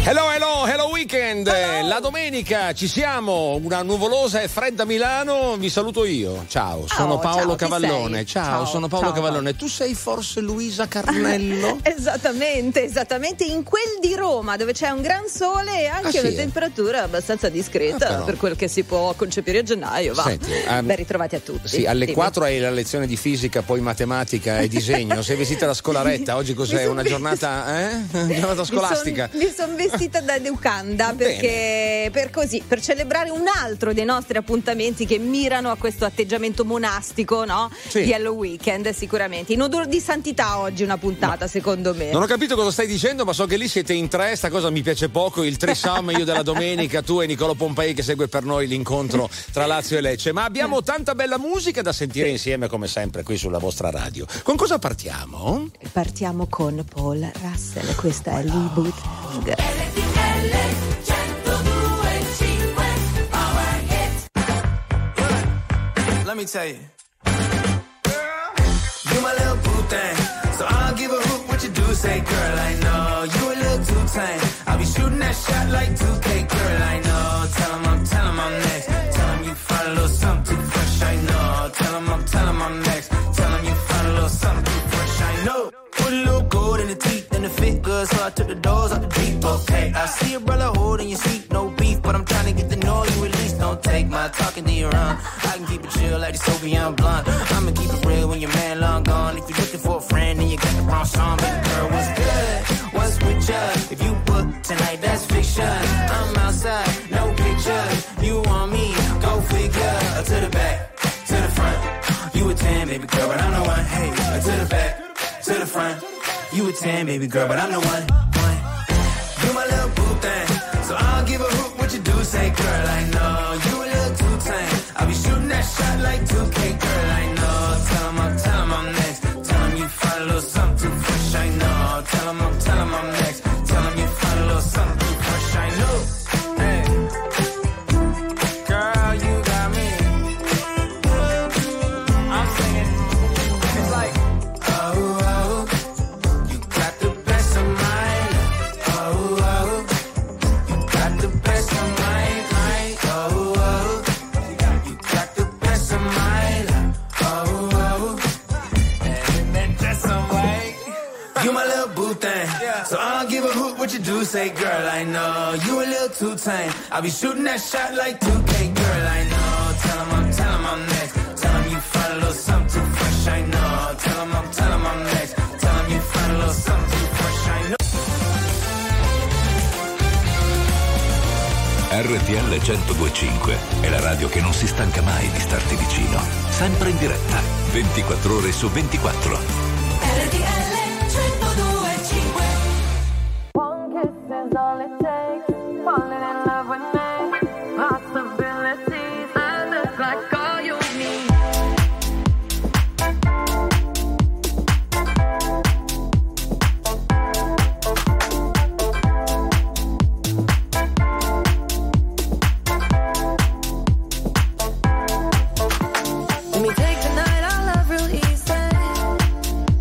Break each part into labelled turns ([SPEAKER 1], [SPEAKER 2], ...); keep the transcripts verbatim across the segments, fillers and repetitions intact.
[SPEAKER 1] Hello, hello, hello weekend.
[SPEAKER 2] Hello.
[SPEAKER 1] La domenica ci siamo, una nuvolosa e fredda Milano. Vi saluto io. Ciao, sono
[SPEAKER 2] Oh,
[SPEAKER 1] Paolo
[SPEAKER 2] ciao, chi
[SPEAKER 1] Cavallone.
[SPEAKER 2] sei?
[SPEAKER 1] Ciao,
[SPEAKER 2] Ciao,
[SPEAKER 1] sono Paolo
[SPEAKER 2] ciao.
[SPEAKER 1] Cavallone. Tu sei forse Luisa Carnello?
[SPEAKER 2] Esattamente, esattamente in quel di Roma, dove c'è un gran sole e anche
[SPEAKER 1] Ah, sì?
[SPEAKER 2] una temperatura abbastanza discreta,
[SPEAKER 1] Ah, però.
[SPEAKER 2] per quel che si può concepire a gennaio. Va.
[SPEAKER 1] Senti, um,
[SPEAKER 2] Ben ritrovati a tutti.
[SPEAKER 1] Sì, alle
[SPEAKER 2] Dimmi.
[SPEAKER 1] quattro hai la lezione di fisica, poi matematica e disegno. Sei vestita da scolaretta. Oggi cos'è?
[SPEAKER 2] Mi son
[SPEAKER 1] Una
[SPEAKER 2] vestita-
[SPEAKER 1] giornata, eh? Una giornata scolastica.
[SPEAKER 2] Mi sono vestita da educanda perché per così, per celebrare un altro dei nostri appuntamenti che mirano a questo atteggiamento monastico, no?
[SPEAKER 1] Sì.
[SPEAKER 2] Di Hello Weekend, sicuramente. In odore di santità oggi una puntata, secondo me.
[SPEAKER 1] Non ho capito cosa stai dicendo, ma so che lì siete in tre, sta cosa mi piace poco, il trisam, io della domenica, tu e Nicolò Pompei che segue per noi l'incontro tra Lazio e Lecce, ma abbiamo tanta bella musica da sentire insieme come sempre qui sulla vostra radio. Con cosa partiamo?
[SPEAKER 2] Partiamo con Paul Russell, questa è Lee Bootleg.
[SPEAKER 3] Let me tell you, you my little boo thing, so I don't give a hoot what you do, say girl, I know, you a little too tame, I'll be shooting that shot like two K, girl, I know, tell him I'm, tell him I'm next, tell him you find a little something too fresh, I know, tell him I'm, tell him I'm next, tell him you find a little something too fresh, I know, put a little gold in the teeth and the fit good, so I took the doors out the deep, okay, I see a brother holding your seat, no beef, but I'm trying to get to know you at least, don't take my talking to your own, I can keep it chill like the Soviet blunt, I'ma keep it real when your man long gone, if you're looking for a friend then you got the wrong song, baby girl, what's good, what's with ya, if you book tonight, that's fiction, I'm outside, no pictures, you want me, go figure, to the back, to the front, you a ten, baby girl, but I'm the one, hey, to the back, to the front, you a ten, baby girl, but I'm the one, one, you my little boo thing, so I don't give a hoot what you do, say girl, I know, you a little too tame, I'll be shooting that shot like two K, girl, I know, tell him I'm, tell him I'm next, tell him you find a little something too fresh, I know, tell him I'm, tell him I'm next, tell him you find a little something too fresh, I know, hey, girl, you got me, I'm singing, it's like, oh, oh, you got the best of mine, oh, oh, you got the best of mine, mine, oh, oh, you got the best of mine, oh, oh, and then that's some way. You my little boo thing, so I don't give a hoot what you do, say girl, I know, you a little too tame, I'll be shooting that shot like two K, girl, I know, tell him I'm, tell him I'm next, tell him you find a little something too fresh, I know, tell him I'm, tell him I'm next, tell him you find a little something too fresh, I know.
[SPEAKER 4] R T L centodue e cinque è la radio che non si stanca mai di starti vicino, sempre in diretta, ventiquattro ore su ventiquattro.
[SPEAKER 5] R T L centodue e cinque.
[SPEAKER 6] One kiss is all it takes. Falling in love with me. Possibilities. I look like all you need. Let me take the night, I love real easy.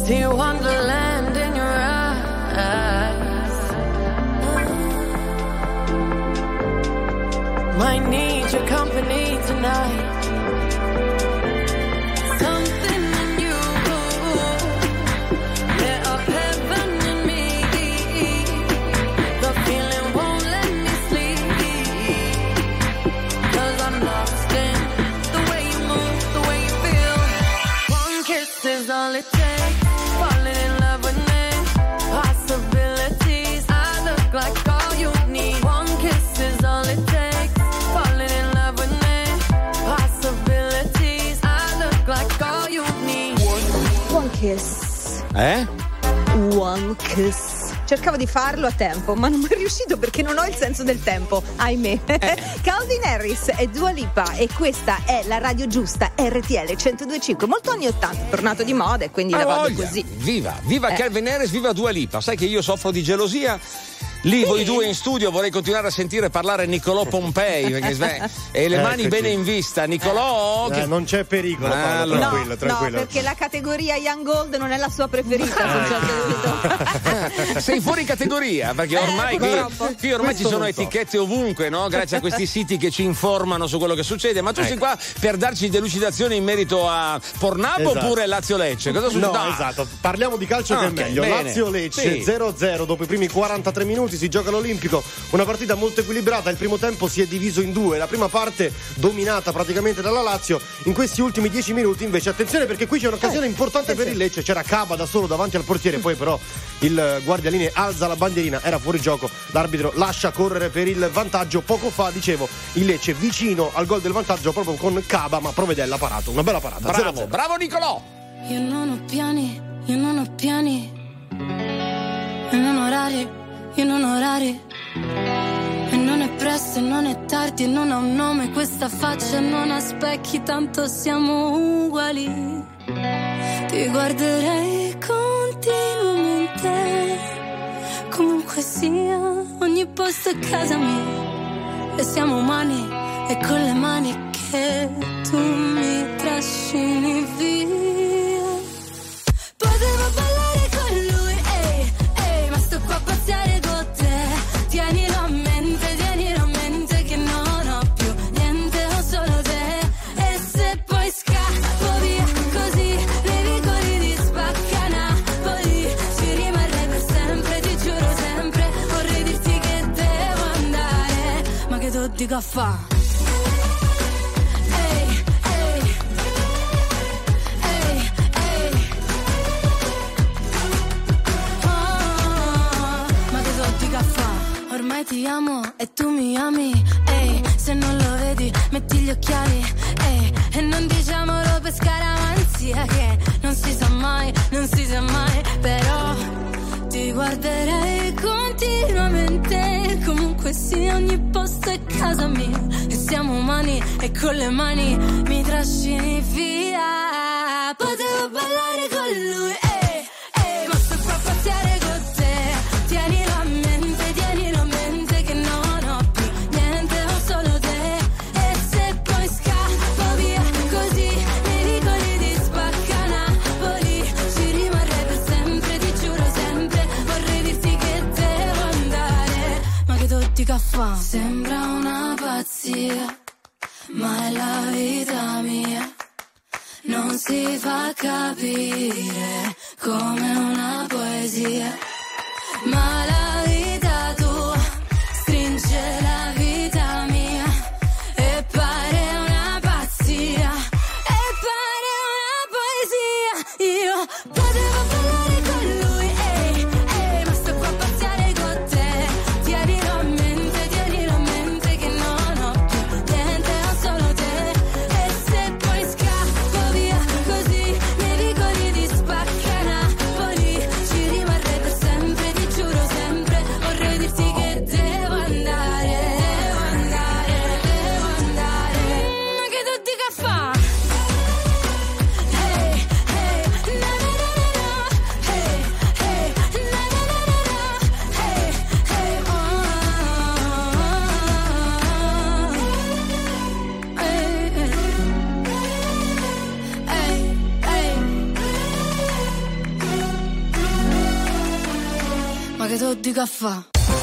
[SPEAKER 6] See wonderland in your eyes. Might need your company tonight. Something in you lit up heaven in me. The feeling won't let me sleep, 'cause I'm lost in the way you move, the way you feel. One kiss is all it takes. Falling in love with me. Possibilities. I look like all you need. One kiss is all it takes. Falling in love with me. Possibilities. I look like all you need.
[SPEAKER 2] One kiss.
[SPEAKER 1] Eh?
[SPEAKER 2] One kiss. Cercavo di farlo a tempo, ma non mi è riuscito perché non ho il senso del tempo, ahimè. Eh. Calvin Harris e Dua Lipa, e questa è la radio giusta, R T L centodue e cinque, molto anni ottanta, tornato di moda e quindi
[SPEAKER 1] Ah,
[SPEAKER 2] la vado
[SPEAKER 1] voglia.
[SPEAKER 2] così.
[SPEAKER 1] Viva, viva
[SPEAKER 2] Eh.
[SPEAKER 1] Calvin Harris, viva Dua Lipa. Sai che io soffro di gelosia? Lì
[SPEAKER 2] Sì.
[SPEAKER 1] voi due in studio vorrei continuare a sentire parlare Niccolò Pompei perché sve- e le mani
[SPEAKER 7] Eccoci.
[SPEAKER 1] bene in vista. Niccolò,
[SPEAKER 7] Eh,
[SPEAKER 1] che-
[SPEAKER 7] non c'è pericolo,
[SPEAKER 1] Ah,
[SPEAKER 7] Paolo,
[SPEAKER 1] allora.
[SPEAKER 7] tranquillo,
[SPEAKER 2] No,
[SPEAKER 7] tranquillo.
[SPEAKER 2] perché la categoria Young Gold non è la sua preferita,
[SPEAKER 7] Ah,
[SPEAKER 2] Concetto.
[SPEAKER 1] sei fuori categoria perché ormai
[SPEAKER 2] Eh,
[SPEAKER 1] qui,
[SPEAKER 2] purtroppo.
[SPEAKER 1] qui ormai ci
[SPEAKER 7] Questo
[SPEAKER 1] sono
[SPEAKER 7] non so.
[SPEAKER 1] etichette ovunque, no? Grazie a questi siti che ci informano su quello che succede. Ma tu sei qua per darci delucidazioni in merito a Pornhub
[SPEAKER 7] Esatto.
[SPEAKER 1] oppure Lazio Lecce? Cosa succede?
[SPEAKER 7] No, esatto, parliamo di calcio
[SPEAKER 1] Ah,
[SPEAKER 7] che è
[SPEAKER 1] ok,
[SPEAKER 7] meglio.
[SPEAKER 1] bene.
[SPEAKER 7] Lazio-Lecce
[SPEAKER 1] Sì.
[SPEAKER 7] zero a zero dopo i primi quarantatré minuti, si gioca all'Olimpico, una partita molto equilibrata. Il primo tempo si è diviso in due, la prima parte dominata praticamente dalla Lazio. In questi ultimi dieci minuti invece attenzione, perché qui c'è un'occasione
[SPEAKER 2] Eh,
[SPEAKER 7] importante
[SPEAKER 2] sì,
[SPEAKER 7] per
[SPEAKER 2] sì.
[SPEAKER 7] il Lecce. C'era Caba da solo davanti al portiere, poi però il guardialine alza la bandierina, era fuori gioco, l'arbitro lascia correre per il vantaggio. Poco fa dicevo il Lecce vicino al gol del vantaggio proprio con Caba, ma Provedella ha parato, una bella parata. zero a
[SPEAKER 1] Bravo,
[SPEAKER 7] zero.
[SPEAKER 1] bravo Niccolò.
[SPEAKER 6] Io non ho piani, io non ho piani. E non orari, io non ho orari. E non è presto e non è tardi e non ha un nome questa faccia, non ha specchi, tanto siamo uguali. Ti guarderei continuamente, comunque sia, ogni posto è casa mia. E siamo umani e con le mani che tu mi trascini via. Potevo ballare con lui, ehi, ehi, ma sto qua a pazziare con te. Tienilo a mente, tienilo a mente che non ho più niente, ho solo te. E se poi scappo via così, nei vicoli di Spacca Napoli, ci rimarrei per sempre, ti giuro sempre. Vorrei dirti che devo andare, ma che tu dico a fa'? Ehi, ehi, ehi, ehi. Oh, ma che so di caffè? Ormai ti amo e tu mi ami. Ehi, se non lo vedi, metti gli occhiali. Ehi, e non diciamolo per scaramanzia, che non si sa mai, non si sa mai. Però ti guarderei continuamente, comunque sia, ogni posto è casa mia. E siamo umani e con le mani mi trascini via. Potevo ballare con lui, ehi, ehi, ma sto qua a pazziare con te. Tienilo a mente, tienilo a mente che non ho più niente, ho solo te. E se poi scappo via così, nei vicoli di Spacca Napoli, ci rimarrei per sempre, ti giuro sempre. Vorrei dirti che devo andare, ma che tu dica fa? Sembra una pazzia, ma è la vita mia. Non si fa capire come una poesia, ma la vita tua stringe la vita mia e pare una pazzia, e pare una poesia. Io potevo ballare con lui, ehi, ehi, ma sto qua a pazziare con te. Tienilo a mente, tienilo a mente che non ho più niente, ho solo te. E se poi scappo via così, nei vicoli di Spacca Napoli, ci rimarrei per sempre, ti giuro sempre. che tu dica fa.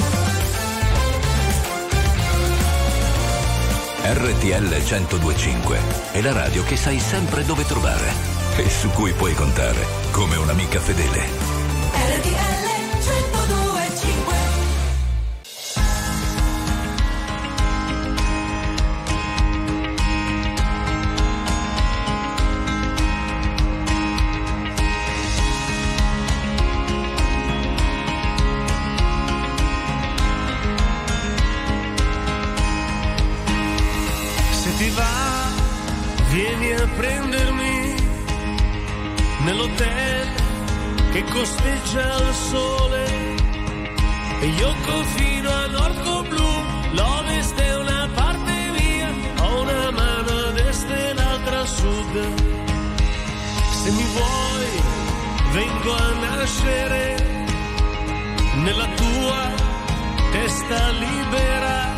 [SPEAKER 4] R T L centodue e cinque è la radio che sai sempre dove trovare e su cui puoi contare come un'amica fedele.
[SPEAKER 5] R T L centodue e cinque.
[SPEAKER 8] Vieni a prendermi nell'hotel che costeggia il sole e io confino a nord blu, l'ovest è una parte mia, ho una mano a destra e l'altra a sud. Se mi vuoi vengo a nascere nella tua testa libera,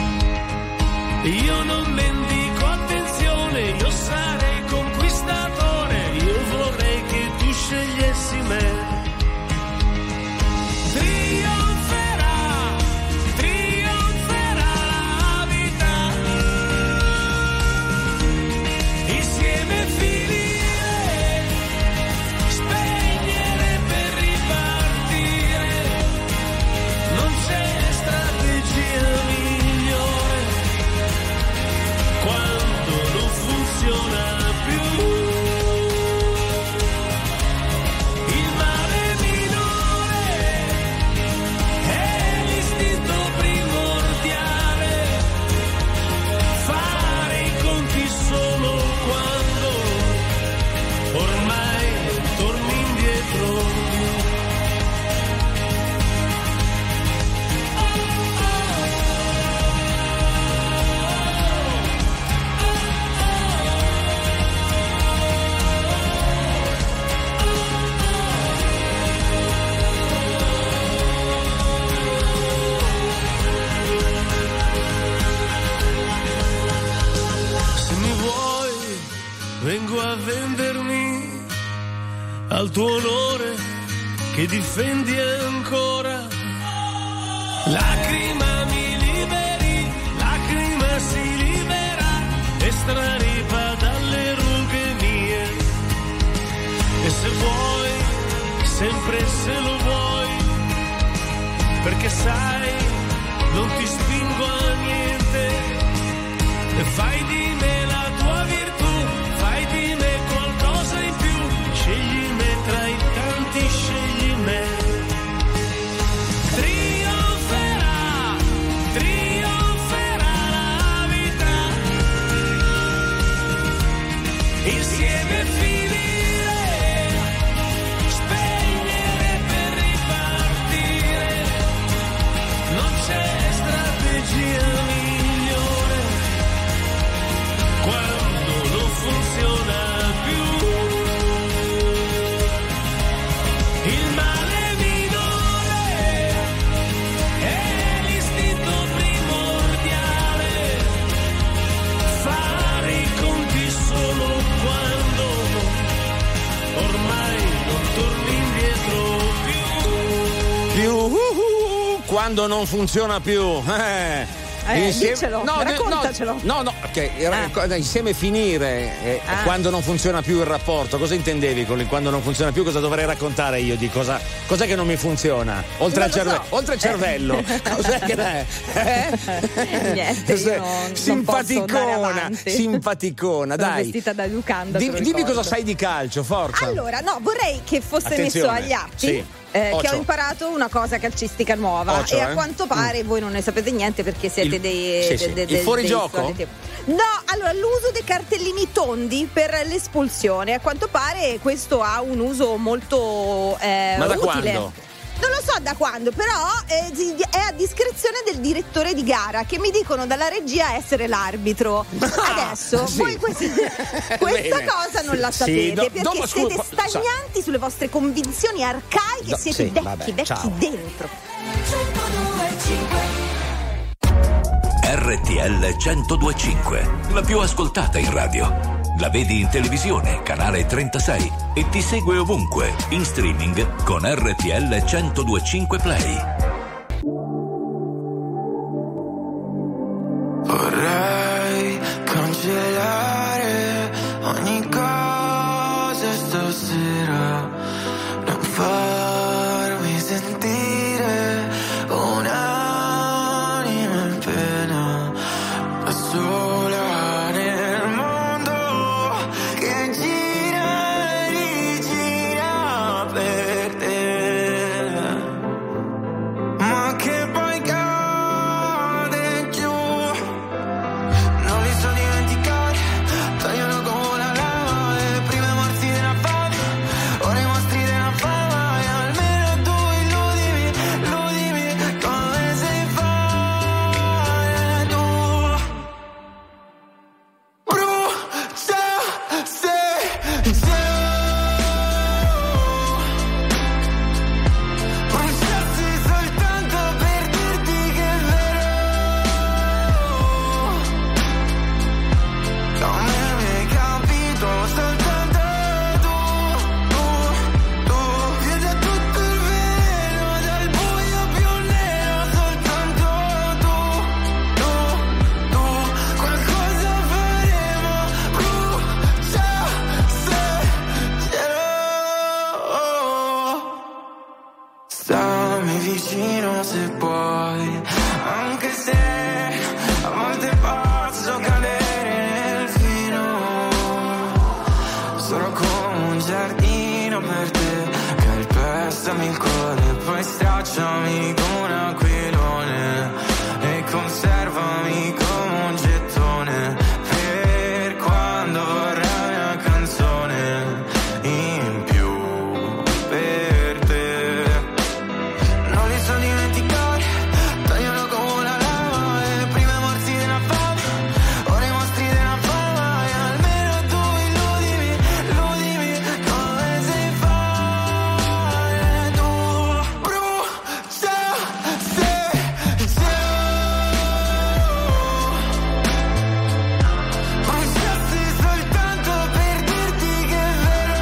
[SPEAKER 8] io non mendico attenzione, io sarei conquistatore, io vorrei che tu scegliessi me. Trionferà, trionferà la vita, insieme finire, spegnere per ripartire, non c'è strategia migliore quando non funziona più. Il male minore è l'istinto primordiale, fare i conti solo quando ormai non torni indietro. Vengo a vendermi al tuo onore che difendi ancora. Lacrima mi liberi, lacrima si libera, estraripa dalle rughe mie. E se vuoi, sempre se lo vuoi, perché sai, non ti spingo a niente, e fai di me la tua virtù. Fai di me qualcosa in più, scegli me tra i tanti, scegli me. Trionferà, trionferà la vita, insieme finire, spegnere per ripartire, non c'è strategia migliore quando non funziona più. Il male minore è l'istinto primordiale, fare i conti solo quando ormai non torni indietro più.
[SPEAKER 1] Più uh, uh, quando non funziona più. Eh.
[SPEAKER 2] Eh,
[SPEAKER 1] Insieme...
[SPEAKER 2] dicelo,
[SPEAKER 1] no,
[SPEAKER 2] raccontacelo.
[SPEAKER 1] No, no, che
[SPEAKER 2] Ah.
[SPEAKER 1] insieme finire eh,
[SPEAKER 2] Ah.
[SPEAKER 1] quando non funziona più il rapporto. Cosa intendevi con il quando non funziona più? Cosa dovrei raccontare io di cosa? Cos'è che non mi funziona? Oltre
[SPEAKER 2] Non
[SPEAKER 1] al
[SPEAKER 2] lo
[SPEAKER 1] cervello,
[SPEAKER 2] so.
[SPEAKER 1] oltre al cervello, cos'è che è? Eh?
[SPEAKER 2] Niente, io non- non posso andare
[SPEAKER 1] simpaticona,
[SPEAKER 2] avanti.
[SPEAKER 1] simpaticona,
[SPEAKER 2] Sono
[SPEAKER 1] dai.
[SPEAKER 2] vestita da educanda, te
[SPEAKER 1] Dimmi,
[SPEAKER 2] lo
[SPEAKER 1] dimmi
[SPEAKER 2] ricordo.
[SPEAKER 1] cosa sai di calcio, forza.
[SPEAKER 2] Allora, no, vorrei che fosse
[SPEAKER 1] Attenzione,
[SPEAKER 2] messo agli atti
[SPEAKER 1] sì.
[SPEAKER 2] eh, che
[SPEAKER 1] Ocio.
[SPEAKER 2] ho imparato una cosa calcistica nuova
[SPEAKER 1] Ocio,
[SPEAKER 2] e a
[SPEAKER 1] eh?
[SPEAKER 2] quanto pare voi non ne sapete niente perché siete
[SPEAKER 1] Il-
[SPEAKER 2] dei,
[SPEAKER 1] sì, sì.
[SPEAKER 2] de- de-
[SPEAKER 1] Il
[SPEAKER 2] de-
[SPEAKER 1] fuorigioco?
[SPEAKER 2] dei soliti- No, allora l'uso dei cartellini tondi per l'espulsione, a quanto pare questo ha un uso molto eh,
[SPEAKER 1] Ma da
[SPEAKER 2] utile.
[SPEAKER 1] quando?
[SPEAKER 2] Non lo so da quando, però eh, di- è a discrezione del direttore di gara che mi dicono dalla regia essere l'arbitro. Adesso
[SPEAKER 1] sì.
[SPEAKER 2] voi questi- questa
[SPEAKER 1] Bene.
[SPEAKER 2] cosa non la
[SPEAKER 1] Sì,
[SPEAKER 2] sapete
[SPEAKER 1] do-
[SPEAKER 2] perché
[SPEAKER 1] dopo,
[SPEAKER 2] siete
[SPEAKER 1] scusa, sa-
[SPEAKER 2] stagnanti sulle vostre convinzioni arcaiche,
[SPEAKER 1] Do-
[SPEAKER 2] siete
[SPEAKER 1] sì,
[SPEAKER 2] vecchi,
[SPEAKER 1] vabbè,
[SPEAKER 2] vecchi
[SPEAKER 1] ciao.
[SPEAKER 2] dentro.
[SPEAKER 5] centodue e cinque.
[SPEAKER 4] R T L centodue e cinque, la più ascoltata in radio. la vedi in televisione, canale trentasei, e ti segue ovunque, in streaming con R T L centodue e cinque Play.
[SPEAKER 3] Vorrei cancellare ogni cosa stasera, non farmi sentire un'anima in pena, da sola nel mondo che gira e rigira per te, ma che poi cade giù. Non li so dimenticare, tagliano come la lava, e prime morsi della fame, ora i mostri della fama, e almeno tu illudimi, illudimi come sei fare tu. Brucia se bruciassi soltanto per dirti che è vero, come mi hai capito soltanto tu, tu, tu, vedi tutto il vero dal buio più nero, soltanto tu, tu, tu, qualcosa faremo, brucia se cielo. Stammi vicino se puoi, anche se a volte posso cadere nel fino, sono come un giardino per te, calpestami il cuore, poi stracciami come un aquilone e conservami come un gettone per quando vorrai una canzone in più per te. Non li so dimenticare, tagliano come la lava, e prime morsi della fame, ora i mostri della fama, e almeno tu illudimi, illudimi come sei fare tu. Brucia se bruciassi soltanto per dirti che è vero,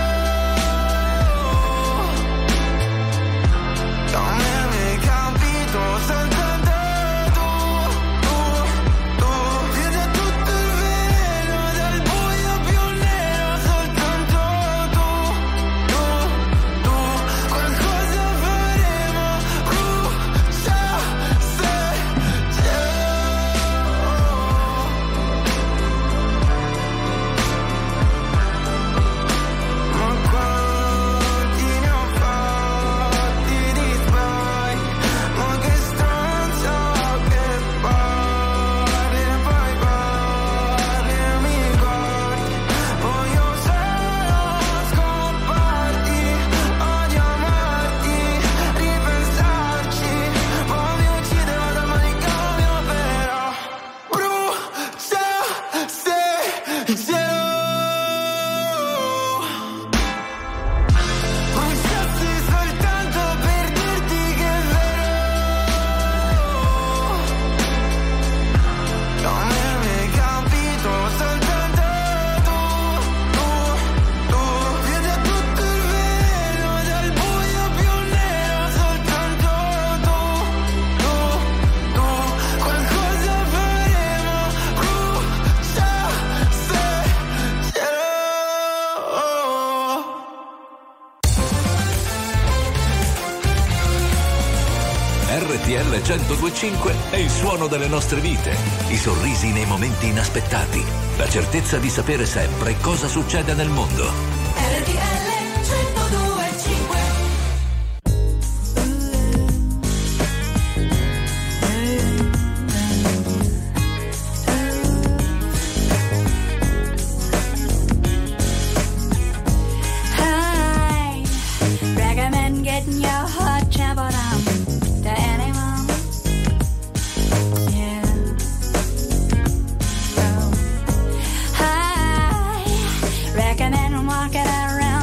[SPEAKER 3] come mi hai capito soltanto tu, tu, tu, vedi tutto il vero dal buio più nero, soltanto tu, tu, tu, qualcosa faremo, brucia se ma quanti ne ho fatti di sbagli, ma che stronza che parli e poi parli e mi guardi, voglio solo scopparti, odio amarti, ripensarci, poi mi uccide, vado al manicomio però, brucia se cielo. Bruciassi soltanto per dirti che è vero, come mi hai capito soltanto tu, tu, tu, vedi tutto il vero dal buio più nero, soltanto tu, tu, tu, qualcosa faremo, brucia se cielo.
[SPEAKER 4] R T L centodue e cinque è il suono delle nostre vite, i sorrisi nei momenti inaspettati, la certezza di sapere sempre cosa succede nel mondo.
[SPEAKER 5] R T L centodue e cinque.
[SPEAKER 6] I recommend getting your heart trampled on to anyone. Yeah. So I recommend walking around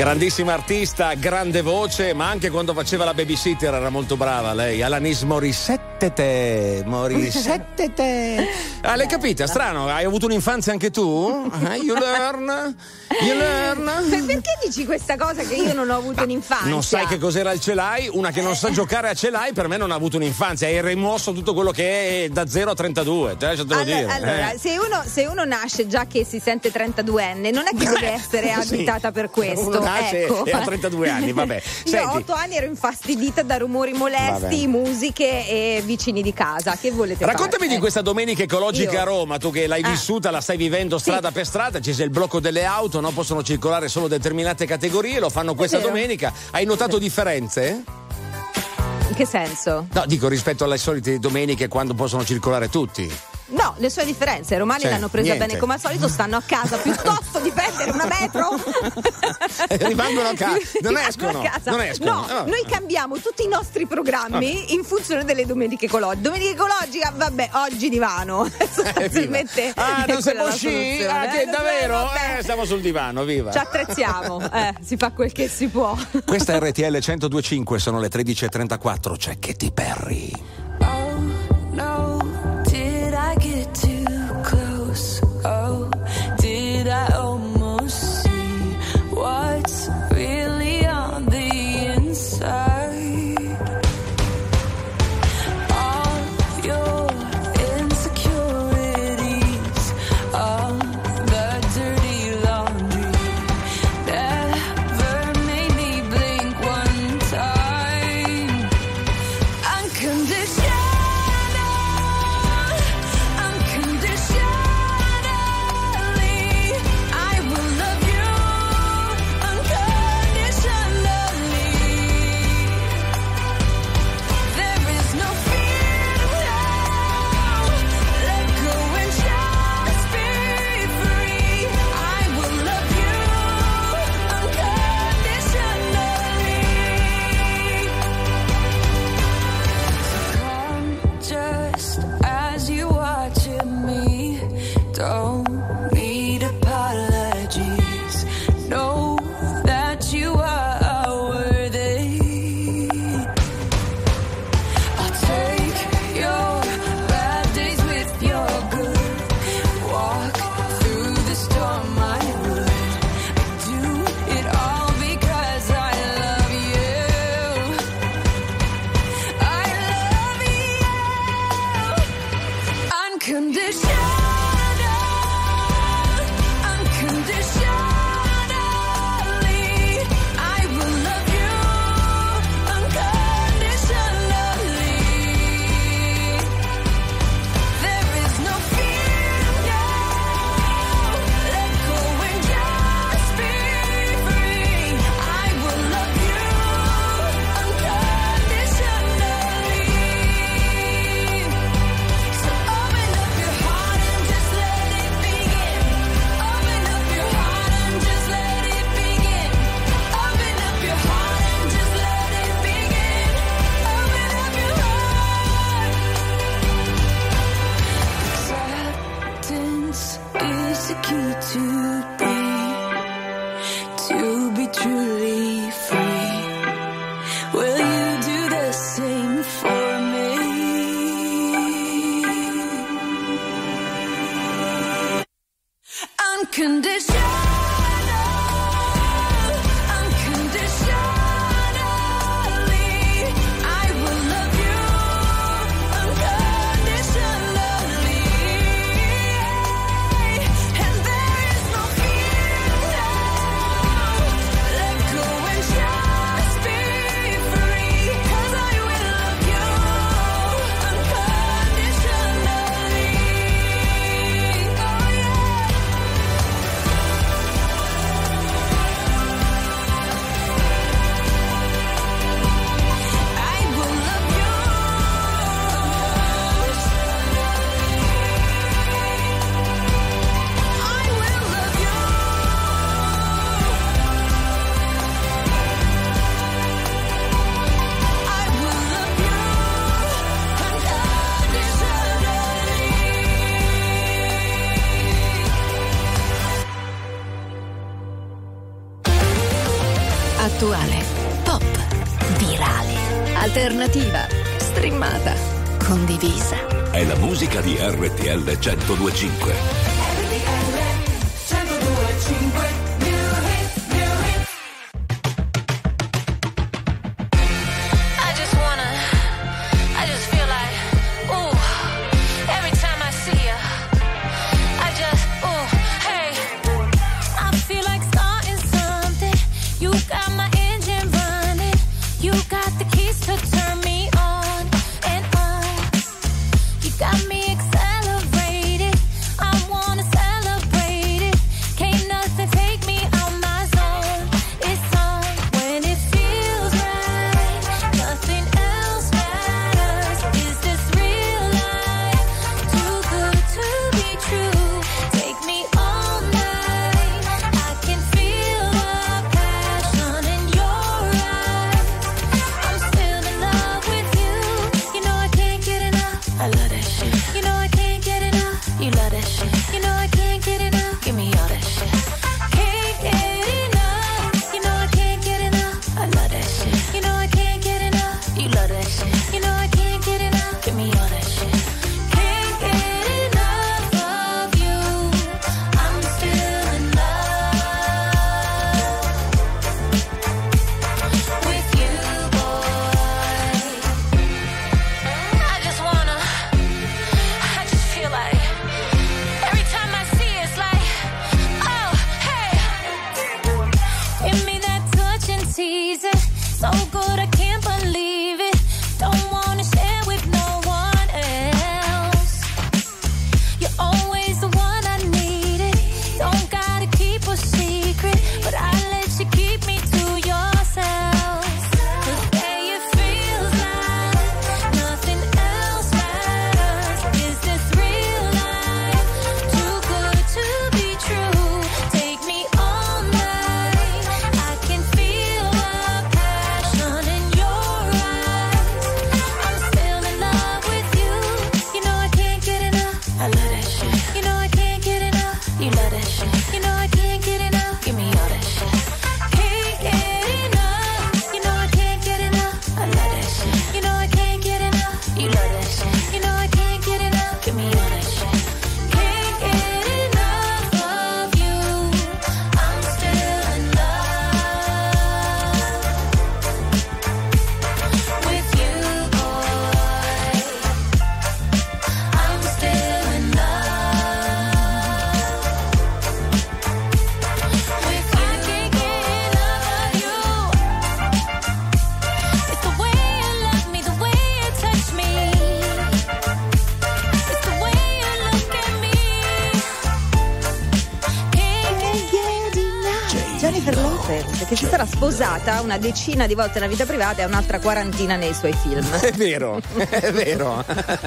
[SPEAKER 1] Grandissima artista, grande voce, ma anche quando faceva la babysitter era molto brava lei. Alanis Morissette te, Morissette te. Ah, l'hai capita? Strano, hai avuto un'infanzia anche tu? Eh, you learn, you learn.
[SPEAKER 2] Perché dici questa cosa che io non ho avuto un'infanzia?
[SPEAKER 1] Non sai che cos'era il ce l'hai? Una che non sa giocare a ce l'hai per me non ha avuto un'infanzia, hai rimosso tutto quello che è da zero a trentadue, te lasciatelo
[SPEAKER 2] allora,
[SPEAKER 1] dire.
[SPEAKER 2] Allora,
[SPEAKER 1] eh.
[SPEAKER 2] se, uno, se uno nasce già che si sente trentaduenne, non è che deve essere additata
[SPEAKER 1] sì.
[SPEAKER 2] per questo.
[SPEAKER 1] Uno nasce
[SPEAKER 2] ecco.
[SPEAKER 1] e ha trentadue anni, vabbè.
[SPEAKER 2] Io
[SPEAKER 1] Senti.
[SPEAKER 2] a otto anni ero infastidita da rumori molesti,
[SPEAKER 1] vabbè.
[SPEAKER 2] musiche e vicini di casa. Che volete
[SPEAKER 1] Raccontami
[SPEAKER 2] fare?
[SPEAKER 1] di questa domenica ecologica
[SPEAKER 2] Io.
[SPEAKER 1] a Roma, tu che l'hai
[SPEAKER 2] Ah.
[SPEAKER 1] vissuta, la stai vivendo strada
[SPEAKER 2] Sì.
[SPEAKER 1] per strada, ci sei il blocco delle auto, no? Possono circolare solo determinate categorie, lo fanno questa
[SPEAKER 2] vero.
[SPEAKER 1] domenica. Hai notato differenze?
[SPEAKER 2] In che senso?
[SPEAKER 1] No, dico rispetto alle solite domeniche quando possono circolare tutti.
[SPEAKER 2] No, le sue differenze. I romani
[SPEAKER 1] Cioè,
[SPEAKER 2] l'hanno presa
[SPEAKER 1] niente.
[SPEAKER 2] bene come al solito, stanno a casa piuttosto di prendere una metro.
[SPEAKER 1] Rimangono a casa, non escono,
[SPEAKER 2] a casa.
[SPEAKER 1] non escono.
[SPEAKER 2] No,
[SPEAKER 1] Oh.
[SPEAKER 2] noi cambiamo tutti i nostri programmi
[SPEAKER 1] Vabbè.
[SPEAKER 2] in funzione delle domeniche ecologiche. Domenica ecologica, vabbè, oggi divano. Sostanzialmente
[SPEAKER 1] Ah,
[SPEAKER 2] è
[SPEAKER 1] non sei
[SPEAKER 2] quella la
[SPEAKER 1] sci?
[SPEAKER 2] soluzione.
[SPEAKER 1] Ah, che
[SPEAKER 2] Eh,
[SPEAKER 1] davvero?
[SPEAKER 2] vabbè.
[SPEAKER 1] Eh, stiamo sul divano, viva.
[SPEAKER 2] Ci attrezziamo, eh, si fa quel che si può.
[SPEAKER 1] Questa è R T L centodue e cinque, sono le tredici e trentaquattro, c'è Katy Perry.
[SPEAKER 6] Oh no, did I get too close? Oh, did I almost see what's really on the inside? All your insecurities, all the dirty laundry, never made me blink one time. Unconditional, unconditionally, I will love you unconditionally. There is no fear now. Let go and just be free. I will love you unconditionally. Come just as you watching me. Don't need apologies. Know that you are worthy. I'll take your bad days with your good. Walk through the storm, I would. I do it all because I love you. I love you
[SPEAKER 9] alternativa, streamata, condivisa.
[SPEAKER 4] È la musica di R T L centodue e cinque.
[SPEAKER 5] R T L centodue e cinque.
[SPEAKER 6] Got me accelerated. I wanna celebrate it.
[SPEAKER 2] Lopez, che si sarà sposata una decina di volte nella vita privata e un'altra quarantina nei suoi film.
[SPEAKER 1] È vero, è vero.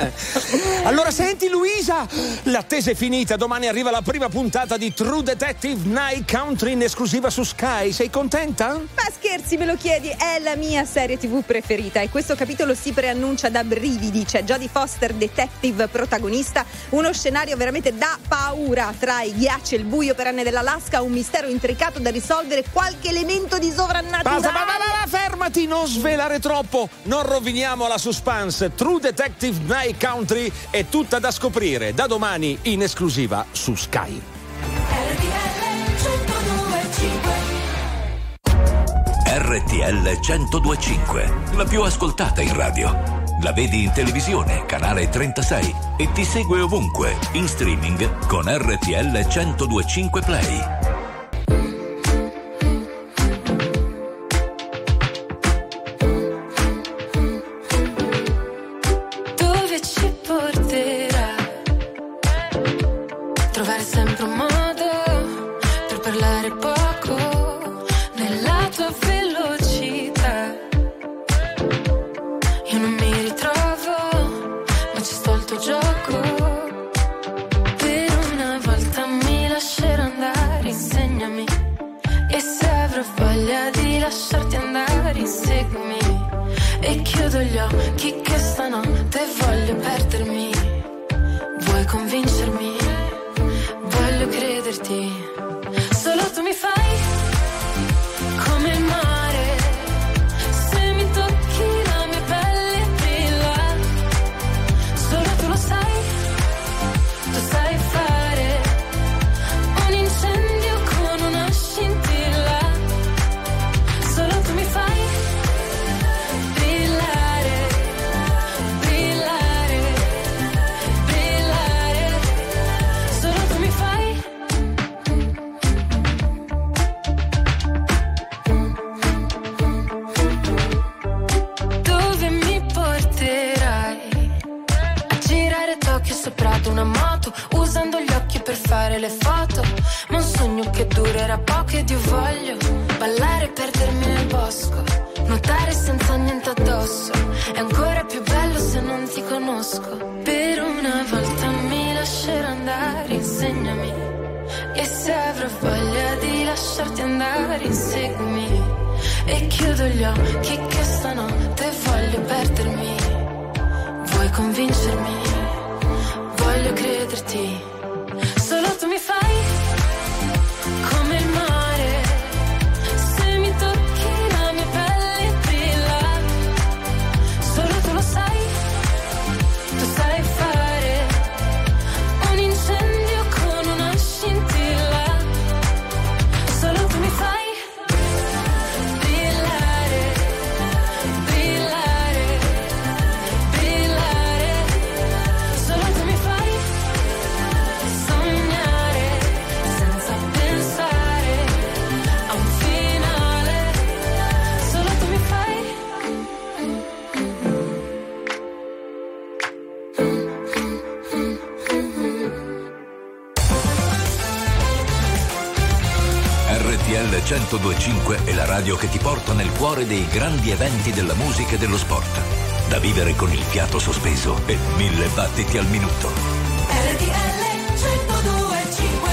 [SPEAKER 1] Allora senti Luisa, l'attesa è finita, domani arriva la prima puntata di True Detective Night Country in esclusiva su Sky, sei contenta?
[SPEAKER 2] Ma scherzi, me lo chiedi, è la mia serie tv preferita e questo capitolo si preannuncia da brividi. C'è Jodie Foster, detective protagonista, uno scenario veramente da paura, tra i ghiacci e il buio perenne dell'Alaska, un mistero intricato da risolvere, qualche elemento di sovrannaturale.
[SPEAKER 1] Basta, ma, ma, ma, fermati, non svelare troppo, non roviniamo la suspense. True Detective Night Country è tutta da scoprire da domani in esclusiva su Sky.
[SPEAKER 4] R T L centodue e cinque, la più ascoltata in radio. La vedi in televisione, canale trentasei, e ti segue ovunque, in streaming con R T L centodue e cinque Play.
[SPEAKER 6] Dove ci porterà? Trovare sempre un modo per parlare poco nella tua velocità. Io non mi ritrovo, ma ci sto al tuo gioco. Per una volta mi lascerò andare, insegnami. E se avrò voglia di lasciarti andare, inseguimi. E chiudo gli occhi che stanotte voglio perdermi. Vuoi convincermi? Voglio crederti. Solo tu mi fai come il mare. Se mi tocchi la mia pelle occhi ho soprato una moto, usando gli occhi per fare le foto. Ma un sogno che durerà poco ed io voglio ballare e perdermi nel bosco, nuotare senza niente addosso. È ancora più bello se non ti conosco. Per una volta mi lascerò andare, insegnami. E se avrò voglia di lasciarti andare, inseguimi. E chiudo gli occhi che stanotte voglio perdermi. Vuoi convincermi? Voglio crederti. Solo tu mi fai come il mare. Se mi tocchi la mia pelle brilla. Solo tu lo sai. Tu sai fare un incendio con una scintilla. Solo tu mi fai brillare, brillare, brillare. Solo tu mi fai sognare senza pensare a un finale. Solo tu mi fai.
[SPEAKER 4] R T L centodue e cinque è la radio che ti porta nel cuore dei grandi eventi della musica e dello sport. Da vivere con il fiato sospeso e mille battiti al minuto.
[SPEAKER 5] R T L centodue e cinque.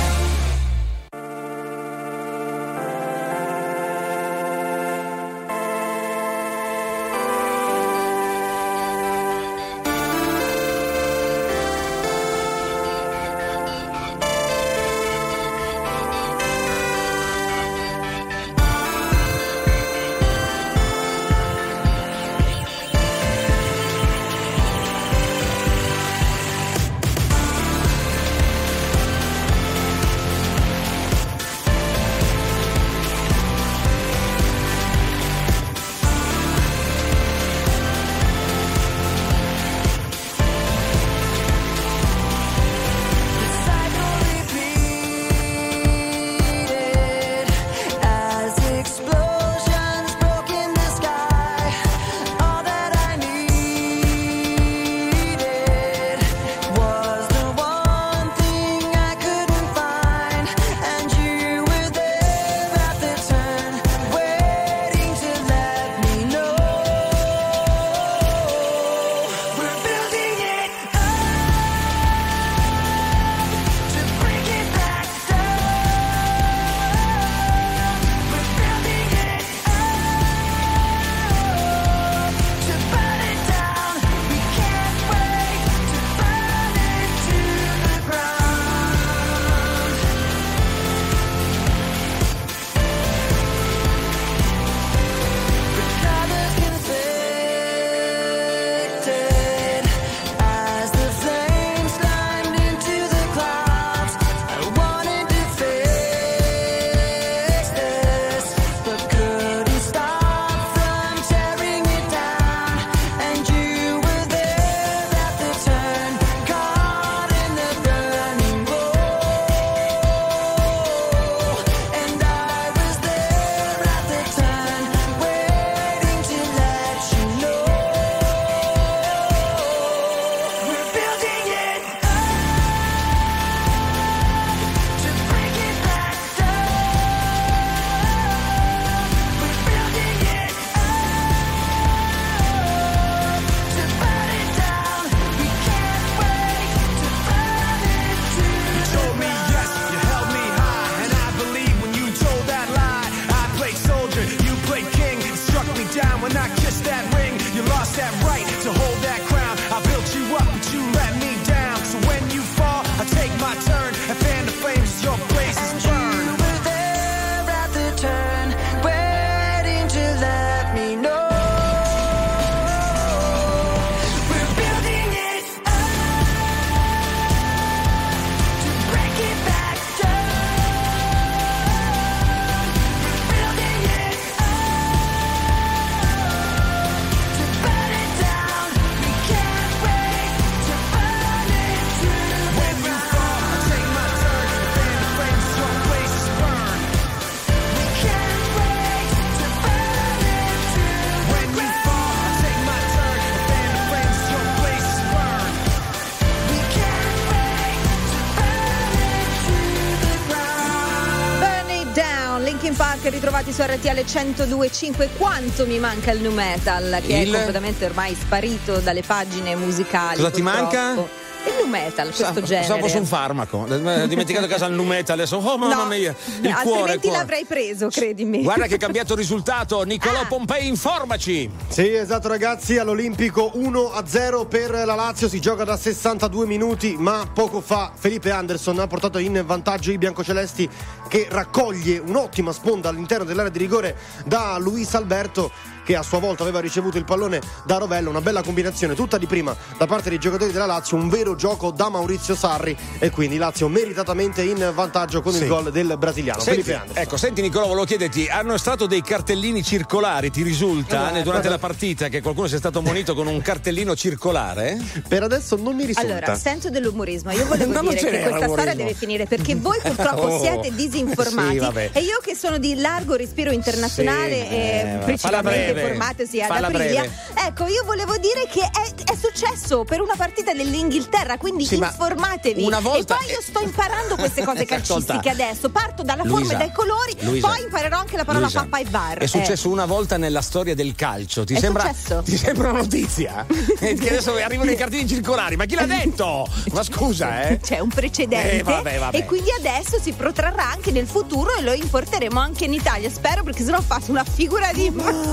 [SPEAKER 2] ritrovati su R T L centodue e cinque. Quanto mi manca il nu metal, che
[SPEAKER 1] Il-
[SPEAKER 2] è completamente ormai sparito dalle pagine musicali.
[SPEAKER 1] Cosa ti
[SPEAKER 2] purtroppo.
[SPEAKER 1] manca?
[SPEAKER 2] Il nu metal, questo
[SPEAKER 1] Sa-
[SPEAKER 2] genere.
[SPEAKER 1] Pensavo fosse un farmaco. Ho dimenticato a casa il nu metal adesso. Oh mamma
[SPEAKER 2] No,
[SPEAKER 1] mia, il cuore, il
[SPEAKER 2] altrimenti
[SPEAKER 1] cuore.
[SPEAKER 2] l'avrei preso, credimi.
[SPEAKER 1] Guarda che è cambiato il risultato. Niccolò
[SPEAKER 2] Ah.
[SPEAKER 1] Pompei, informaci.
[SPEAKER 7] Sì, esatto ragazzi, all'Olimpico uno a zero per la Lazio, si gioca da sessantadue minuti, ma poco fa Felipe Anderson ha portato in vantaggio i biancocelesti, che raccoglie un'ottima sponda all'interno dell'area di rigore da Luis Alberto, che a sua volta aveva ricevuto il pallone da Rovella. Una bella combinazione tutta di prima da parte dei giocatori della Lazio, un vero gioco da Maurizio Sarri, e quindi Lazio meritatamente in vantaggio con
[SPEAKER 1] Sì.
[SPEAKER 7] il gol del brasiliano
[SPEAKER 1] Senti,
[SPEAKER 7] Felipe Anderson.
[SPEAKER 1] ecco, senti Niccolò, volevo chiederti, hanno estratto dei cartellini circolari, ti risulta,
[SPEAKER 7] Eh,
[SPEAKER 1] durante
[SPEAKER 7] eh.
[SPEAKER 1] la partita, che qualcuno sia stato ammonito con un cartellino circolare?
[SPEAKER 7] Per adesso non mi risulta.
[SPEAKER 2] Allora, senso dell'umorismo. Io volevo
[SPEAKER 1] No, non
[SPEAKER 2] dire
[SPEAKER 1] ce
[SPEAKER 2] che
[SPEAKER 1] n'era
[SPEAKER 2] questa storia
[SPEAKER 1] umorismo.
[SPEAKER 2] deve finire, perché voi purtroppo
[SPEAKER 1] Oh.
[SPEAKER 2] siete disinformati,
[SPEAKER 1] Sì, vabbè.
[SPEAKER 2] e io che sono di largo respiro internazionale,
[SPEAKER 1] Sì,
[SPEAKER 2] e
[SPEAKER 1] eh, falla
[SPEAKER 2] principalmente
[SPEAKER 1] breve.
[SPEAKER 2] formatesi ad
[SPEAKER 1] Falla
[SPEAKER 2] Aprilia,
[SPEAKER 1] breve.
[SPEAKER 2] ecco, io volevo dire che è, è successo per una partita dell'Inghilterra, quindi
[SPEAKER 1] Sì, ma
[SPEAKER 2] informatevi.
[SPEAKER 1] una volta-
[SPEAKER 2] E poi io sto imparando queste cose calcistiche
[SPEAKER 1] Ascolta.
[SPEAKER 2] adesso, parto dalla
[SPEAKER 1] Luisa,
[SPEAKER 2] forma e dai colori,
[SPEAKER 1] Luisa,
[SPEAKER 2] poi imparerò anche la parola
[SPEAKER 1] Luisa,
[SPEAKER 2] pappa e var.
[SPEAKER 1] È successo una volta nella storia del calcio. Ti
[SPEAKER 2] È
[SPEAKER 1] sembra,
[SPEAKER 2] successo?
[SPEAKER 1] ti sembra una notizia? E che adesso arrivano i cartellini circolari. Ma chi l'ha detto? Ma scusa, eh?
[SPEAKER 2] C'è un precedente,
[SPEAKER 1] Eh, vabbè, vabbè.
[SPEAKER 2] e quindi adesso si protrarrà anche nel futuro e lo importeremo anche in Italia, spero, perché sennò fate una figura di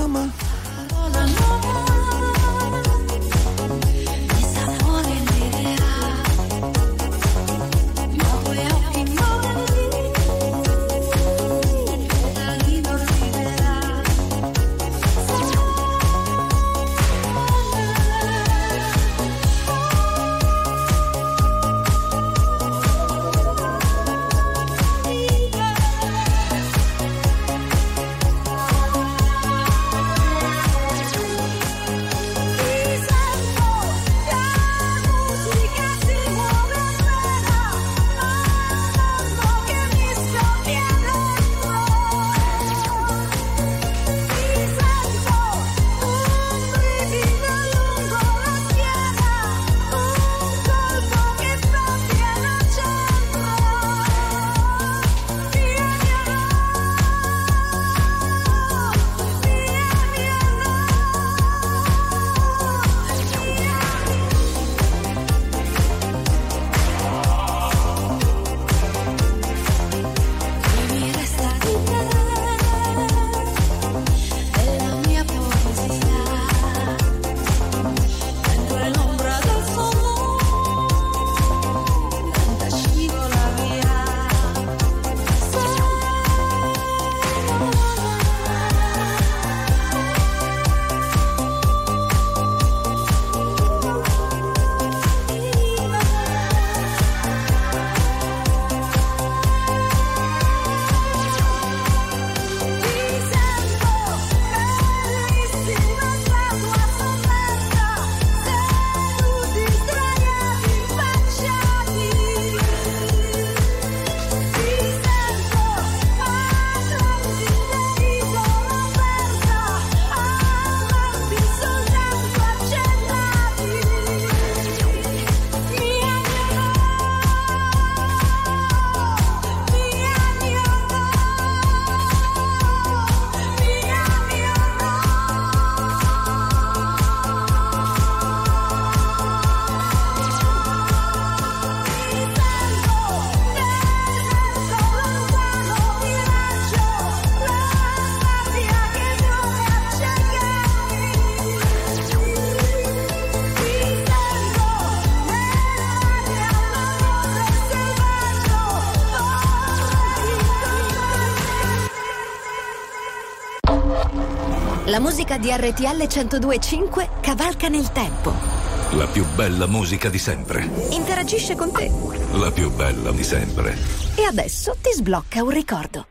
[SPEAKER 9] La musica di R T L centodue e cinque cavalca nel tempo.
[SPEAKER 4] La più bella musica di sempre.
[SPEAKER 9] Interagisce con te.
[SPEAKER 4] La più bella di sempre.
[SPEAKER 9] E adesso ti sblocca un ricordo.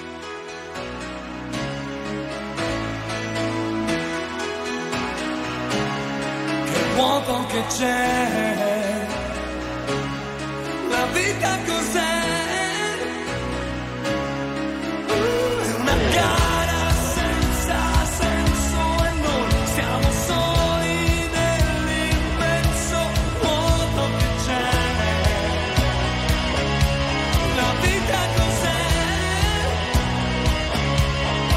[SPEAKER 8] Che vuoto che c'è, la vita cos'è? È una gara senza senso e noi siamo soli nell'immenso vuoto che c'è. La vita cos'è?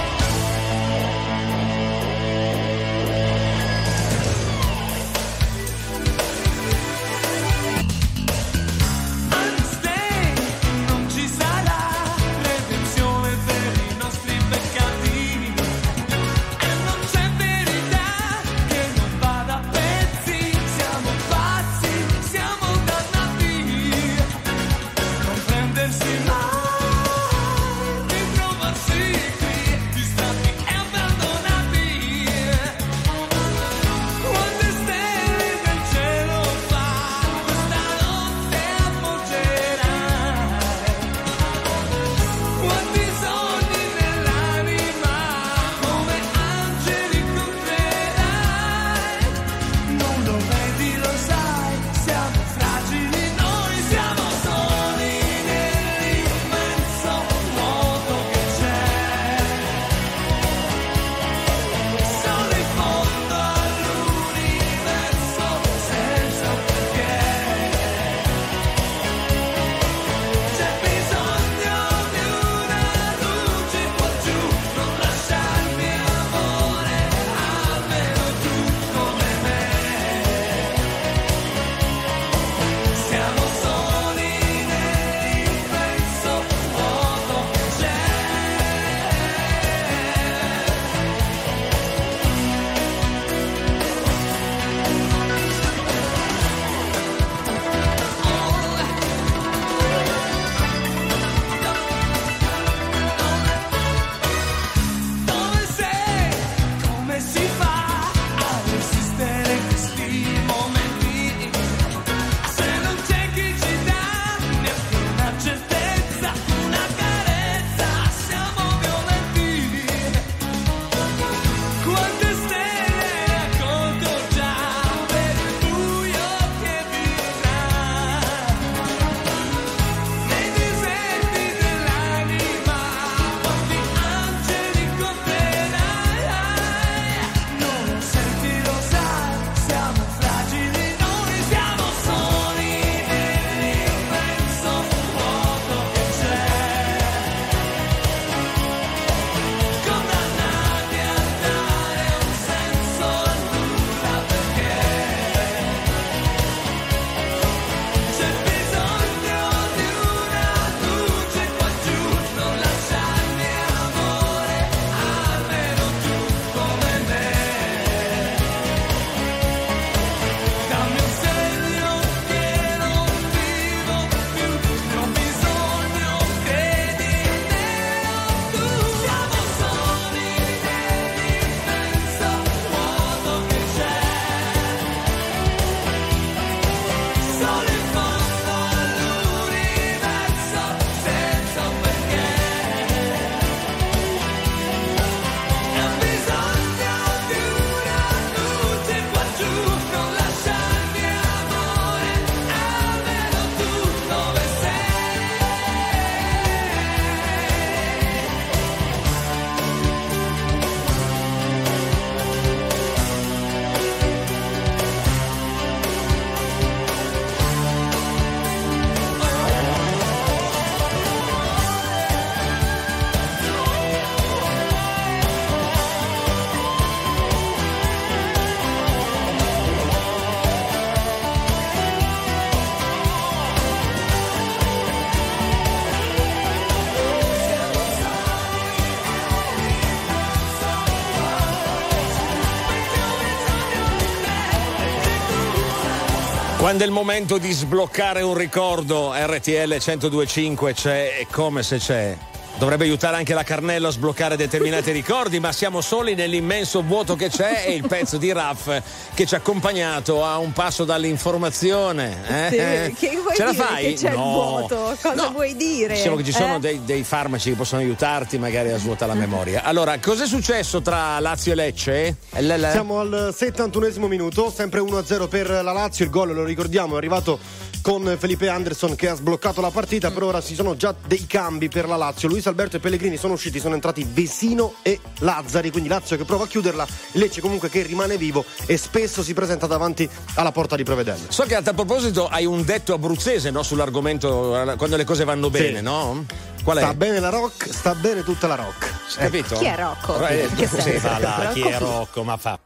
[SPEAKER 1] Quando è il momento di sbloccare un ricordo, R T L centodue e cinque c'è e come se c'è. Dovrebbe aiutare anche la Carnello a sbloccare determinati ricordi, ma siamo soli nell'immenso vuoto che c'è e il pezzo di Raff che ci ha accompagnato a un passo dall'informazione. Eh?
[SPEAKER 2] Sì, che vuoi
[SPEAKER 1] Ce la
[SPEAKER 2] dire
[SPEAKER 1] fai?
[SPEAKER 2] che c'è
[SPEAKER 1] no.
[SPEAKER 2] il vuoto? Cosa
[SPEAKER 1] no.
[SPEAKER 2] vuoi dire?
[SPEAKER 1] Diciamo che ci sono
[SPEAKER 2] eh?
[SPEAKER 1] dei, dei farmaci che possono aiutarti magari a svuotare la memoria. Allora, cos'è successo tra Lazio e Lecce? L-
[SPEAKER 7] Siamo al settantunesimo minuto, sempre uno a zero per la Lazio. Il gol, lo ricordiamo, è arrivato con Felipe Anderson che ha sbloccato la partita. Per ora ci sono già dei cambi per la Lazio. Luis Alberto e Pellegrini sono usciti, sono entrati Vesino e Lazzari, quindi Lazio che prova a chiuderla, Lecce comunque che rimane vivo e spesso si presenta davanti alla porta di Provedella.
[SPEAKER 1] So che a tal proposito hai un detto abruzzese, no, sull'argomento quando le cose vanno bene,
[SPEAKER 7] sì.
[SPEAKER 1] no? Qual è?
[SPEAKER 7] Sta bene la rock, sta bene tutta la rock.
[SPEAKER 1] Capito?
[SPEAKER 2] Chi è Rocco?
[SPEAKER 1] Eh,
[SPEAKER 2] Che
[SPEAKER 1] sì,
[SPEAKER 2] senso?
[SPEAKER 1] va là, chi è
[SPEAKER 2] Rocco?
[SPEAKER 1] Rocco? Ma fa.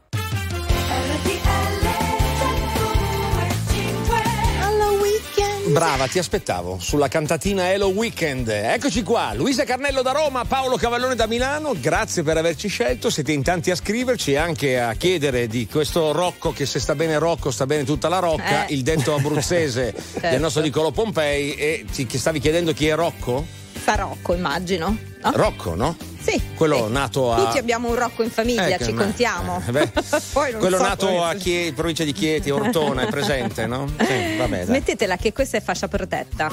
[SPEAKER 1] Brava, ti aspettavo sulla cantatina Hello Weekend. Eccoci qua, Luisa Carnello da Roma, Paolo Cavallone da Milano. Grazie per averci scelto. Siete in tanti a scriverci e anche a chiedere di questo Rocco, che se sta bene Rocco sta bene tutta la rocca,
[SPEAKER 2] Eh.
[SPEAKER 1] il detto abruzzese
[SPEAKER 2] Certo.
[SPEAKER 1] del nostro Nicolò Pompei. E ti che stavi chiedendo chi è Rocco?
[SPEAKER 2] Sta Rocco, immagino. No?
[SPEAKER 1] Rocco, no?
[SPEAKER 2] Sì.
[SPEAKER 1] Quello
[SPEAKER 2] sì.
[SPEAKER 1] nato a.
[SPEAKER 2] Tutti abbiamo un Rocco in famiglia,
[SPEAKER 1] Ecco,
[SPEAKER 2] ci
[SPEAKER 1] ma-
[SPEAKER 2] contiamo.
[SPEAKER 1] eh, beh,
[SPEAKER 2] Poi non
[SPEAKER 1] quello
[SPEAKER 2] so
[SPEAKER 1] nato
[SPEAKER 2] come-
[SPEAKER 1] a Chie- provincia di Chieti, Ortona, è presente, no? Sì, vabbè, dai.
[SPEAKER 2] Smettetela che questa è fascia protetta.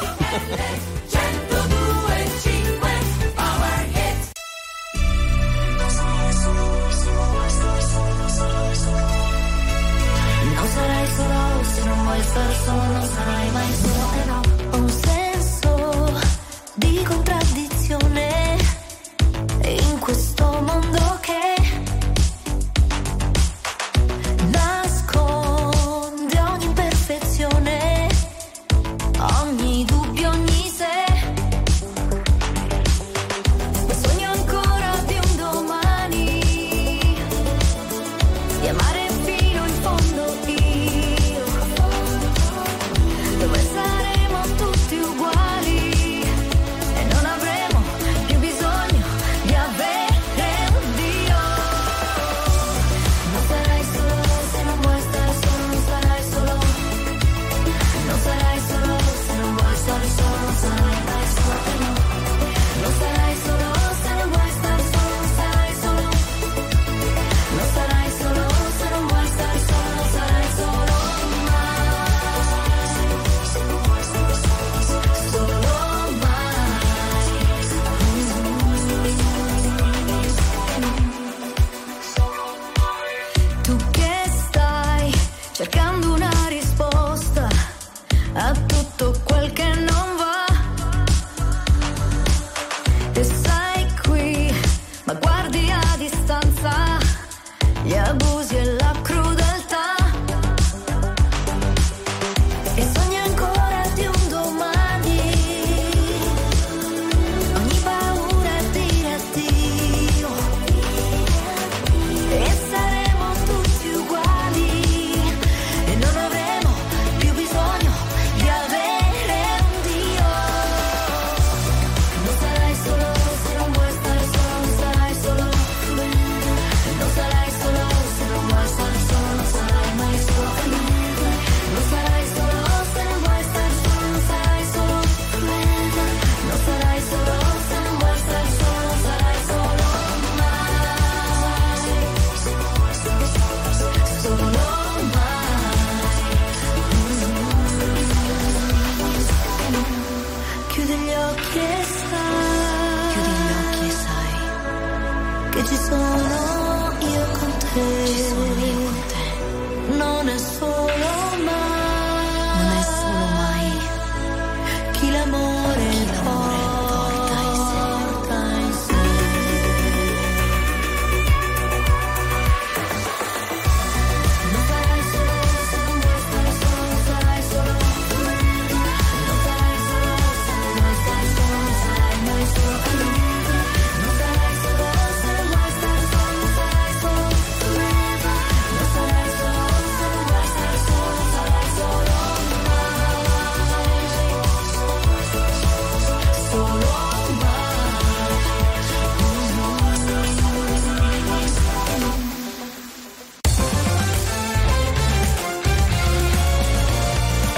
[SPEAKER 6] Non sarai solo se non vuoi stare solo, non sarai mai solo, eh no. Ho un senso di contraddizione in questo mondo che nasconde ogni imperfezione, ogni dubbio, ogni se.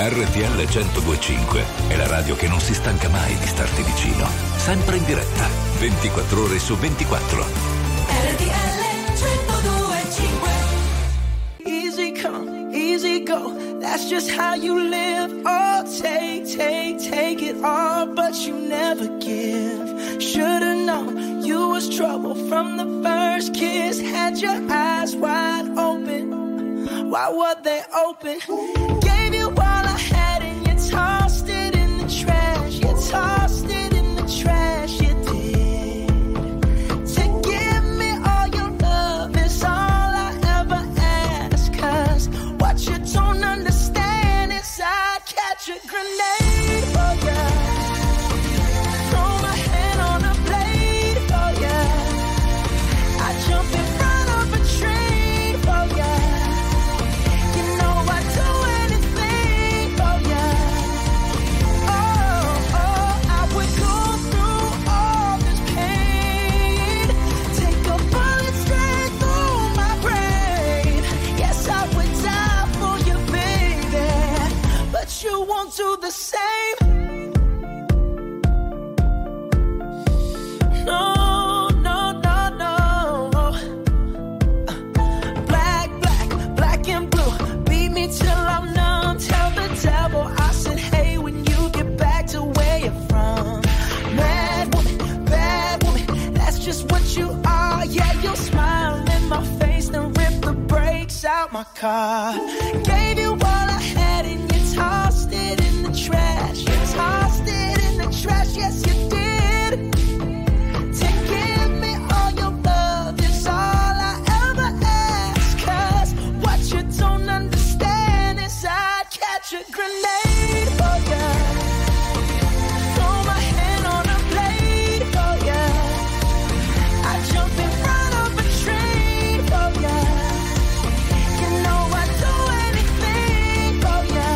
[SPEAKER 4] R T L centodue e cinque è la radio che non si stanca mai di starti vicino. Sempre in diretta, ventiquattro ore su ventiquattro.
[SPEAKER 5] R T L centodue e cinque.
[SPEAKER 3] Easy come, easy go. That's just how you live. Oh, take, take, take it all, but you never give. Should've known you was trouble from the first kiss. Had your eyes wide open. Why were they open? Gave you all I had and you tossed it in the trash. You tossed it in the trash, you did. To give me all your love is all I ever ask. Cause what you don't understand is I catch a grenade for ya. Throw my hand on a blade for ya. I jump in front of a train for ya. You know I'd do anything for ya. Oh, oh, I would go through all this pain. Take a bullet straight through my brain. Yes, I would die for you, baby, but you won't do the same. No, no, no, no. Black, black, black and blue. Beat me till I'm numb. Tell the devil I said, hey, when you get back to where you're from. Mad woman, bad woman, that's just what you are. Yeah, you'll smile in my face, then rip the brakes out my car. Gave you all I had and you tossed it in the trash. You tossed it in the trash, yes you did. To give me all your love is all I ever ask. Cause what you don't understand is I'd catch a grenade for ya. Throw my hand on a blade for ya. I jump in front of a train for ya. You know I'd do anything for ya.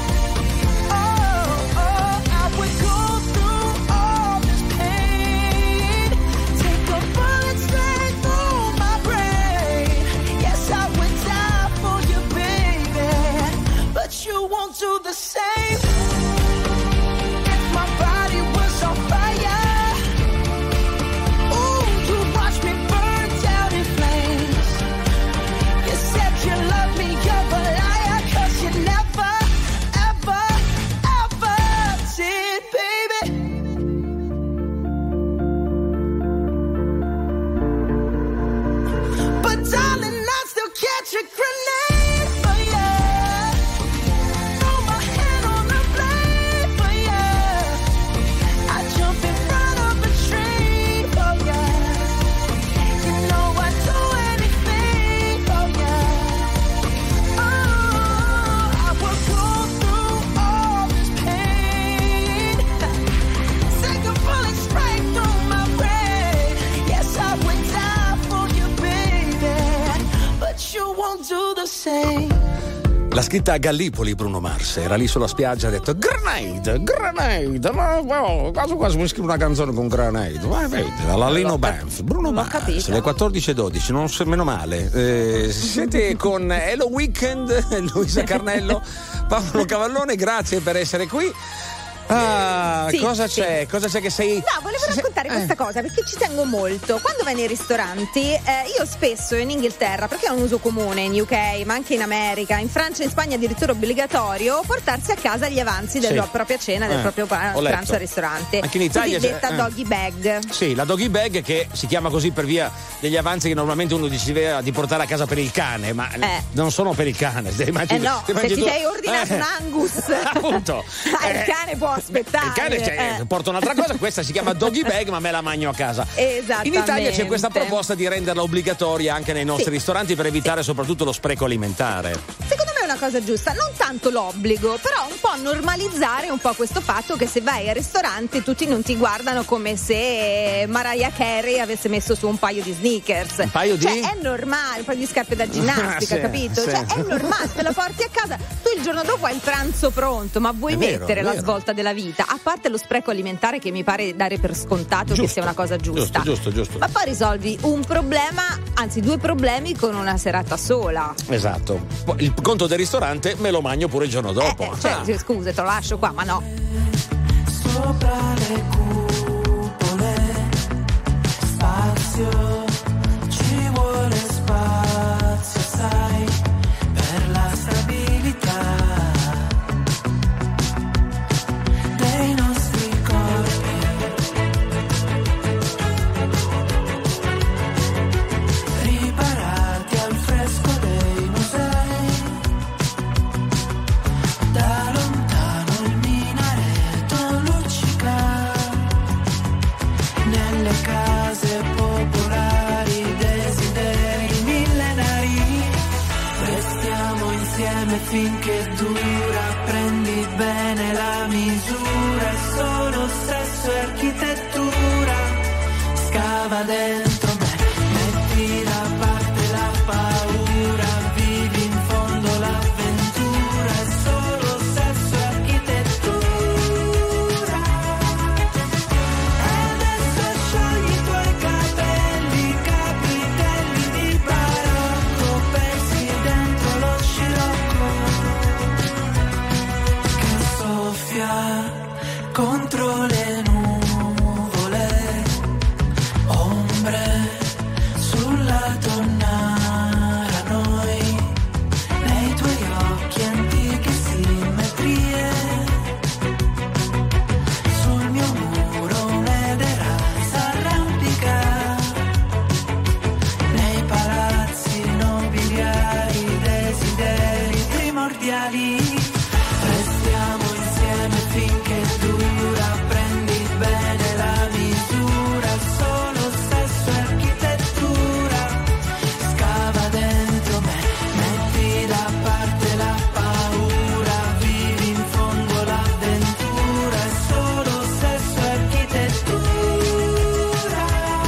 [SPEAKER 3] Oh, oh, I would go through all this pain. Take a bullet straight through my brain. Yes, I would die for you, baby, but you won't do the same. If my body was on fire, ooh, you'd watch me burn down in flames. You said you love me, you're a liar, cause you never, ever, ever did, baby. But darling, I still catch a grenade for ya. Throw my hand on the blade for ya. I jump in front of a train for ya. You know I'd do anything for ya. Oh, I would go through all this pain. Take a bullet straight through my brain. Yes, I would die for you, baby, but you won't do the same.
[SPEAKER 1] L'ha scritta a Gallipoli Bruno Mars, era lì sulla spiaggia, ha detto Grenade, Grenade, no, no, quasi quasi mi scrivo una canzone con Grenade, vai, vedi, la Lino Banff, Bruno Mars, le quattordici e dodici, non so, meno male. Eh, siete con Hello Weekend, Luisa Carnello, Paolo Cavallone, grazie per essere qui. Ah,
[SPEAKER 2] Sì,
[SPEAKER 1] cosa
[SPEAKER 2] sì.
[SPEAKER 1] c'è? Cosa c'è che sei?
[SPEAKER 2] No, volevo raccontare
[SPEAKER 1] Eh.
[SPEAKER 2] questa cosa perché ci tengo molto. Quando vai nei ristoranti, eh, io spesso in Inghilterra, perché è un uso comune in U K, ma anche in America, in Francia e in Spagna addirittura obbligatorio, portarsi a casa gli avanzi della
[SPEAKER 1] Sì.
[SPEAKER 2] propria cena, del
[SPEAKER 1] Eh,
[SPEAKER 2] proprio pa-
[SPEAKER 1] ho letto.
[SPEAKER 2] pranzo al ristorante.
[SPEAKER 1] Anche in Italia c'è-
[SPEAKER 2] Cosiddetta
[SPEAKER 1] eh.
[SPEAKER 2] doggy bag.
[SPEAKER 1] Sì, la doggy bag, che si chiama così per via degli avanzi che normalmente uno decideva di portare a casa per il cane, ma
[SPEAKER 2] Eh.
[SPEAKER 1] non sono per il cane. Te mangi-
[SPEAKER 2] Eh no,
[SPEAKER 1] te
[SPEAKER 2] se
[SPEAKER 1] mangi
[SPEAKER 2] ti
[SPEAKER 1] tu-
[SPEAKER 2] sei ordinato
[SPEAKER 1] Eh.
[SPEAKER 2] un Angus,
[SPEAKER 1] Appunto.
[SPEAKER 2] Ah, il
[SPEAKER 1] Eh.
[SPEAKER 2] cane può aspettare.
[SPEAKER 1] Il cane cioè,
[SPEAKER 2] eh.
[SPEAKER 1] porta un'altra cosa, questa si chiama doggy bag, ma me la mangio a casa.
[SPEAKER 2] Esattamente.
[SPEAKER 1] In Italia c'è questa proposta di renderla obbligatoria anche nei nostri
[SPEAKER 2] Sì.
[SPEAKER 1] ristoranti per evitare soprattutto lo spreco alimentare.
[SPEAKER 2] Secondo me è una cosa giusta, non tanto l'obbligo, però un po' normalizzare un po' questo fatto che se vai al ristorante tutti non ti guardano come se Mariah Carey avesse messo su un paio di sneakers.
[SPEAKER 1] Un paio di?
[SPEAKER 2] Cioè è normale, un paio di scarpe da ginnastica,
[SPEAKER 1] Sì,
[SPEAKER 2] capito?
[SPEAKER 1] sì.
[SPEAKER 2] Cioè è normale, te la porti a casa, tu il giorno dopo hai il pranzo pronto, ma vuoi
[SPEAKER 1] È vero,
[SPEAKER 2] mettere
[SPEAKER 1] è
[SPEAKER 2] la
[SPEAKER 1] vero.
[SPEAKER 2] svolta della vita? A parte lo spreco alimentare che mi pare dare per scontato
[SPEAKER 1] Giusto,
[SPEAKER 2] che sia una cosa giusta.
[SPEAKER 1] giusto, giusto, giusto.
[SPEAKER 2] Ma poi risolvi un problema, anzi due problemi con una serata sola.
[SPEAKER 1] Esatto. Poi il conto del ristorante ristorante me lo mangio pure il giorno dopo.
[SPEAKER 2] Eh, cioè,
[SPEAKER 1] Ah.
[SPEAKER 2] scusa, te lo lascio qua, ma no.
[SPEAKER 3] Sopra le cupole, spazio, ci vuole spazio, sai, per la stabilità dei nostri corpi. Riparati al fresco dei musei, da lontano il minareto luccica, nelle case popolari desideri millenari. Restiamo insieme finché dura, prendi bene la misura, è solo sesso e architettura, scava dentro me, metti da parte la paura, vivi in fondo l'avventura, è solo sesso e architettura. Adesso sciogli i tuoi capelli, capitelli di barocco, persi dentro lo scirocco che soffia contro le nuvole, ombre sulla tonnara, noi nei tuoi occhi antiche simmetrie, sul mio muro un'edera s'arrampica, nei palazzi nobiliari desideri primordiali. Restiamo insieme finché dura, prendi bene la misura, solo sesso e architettura, scava dentro me, metti da parte la paura, vivi in fondo l'avventura, è solo sesso e architettura.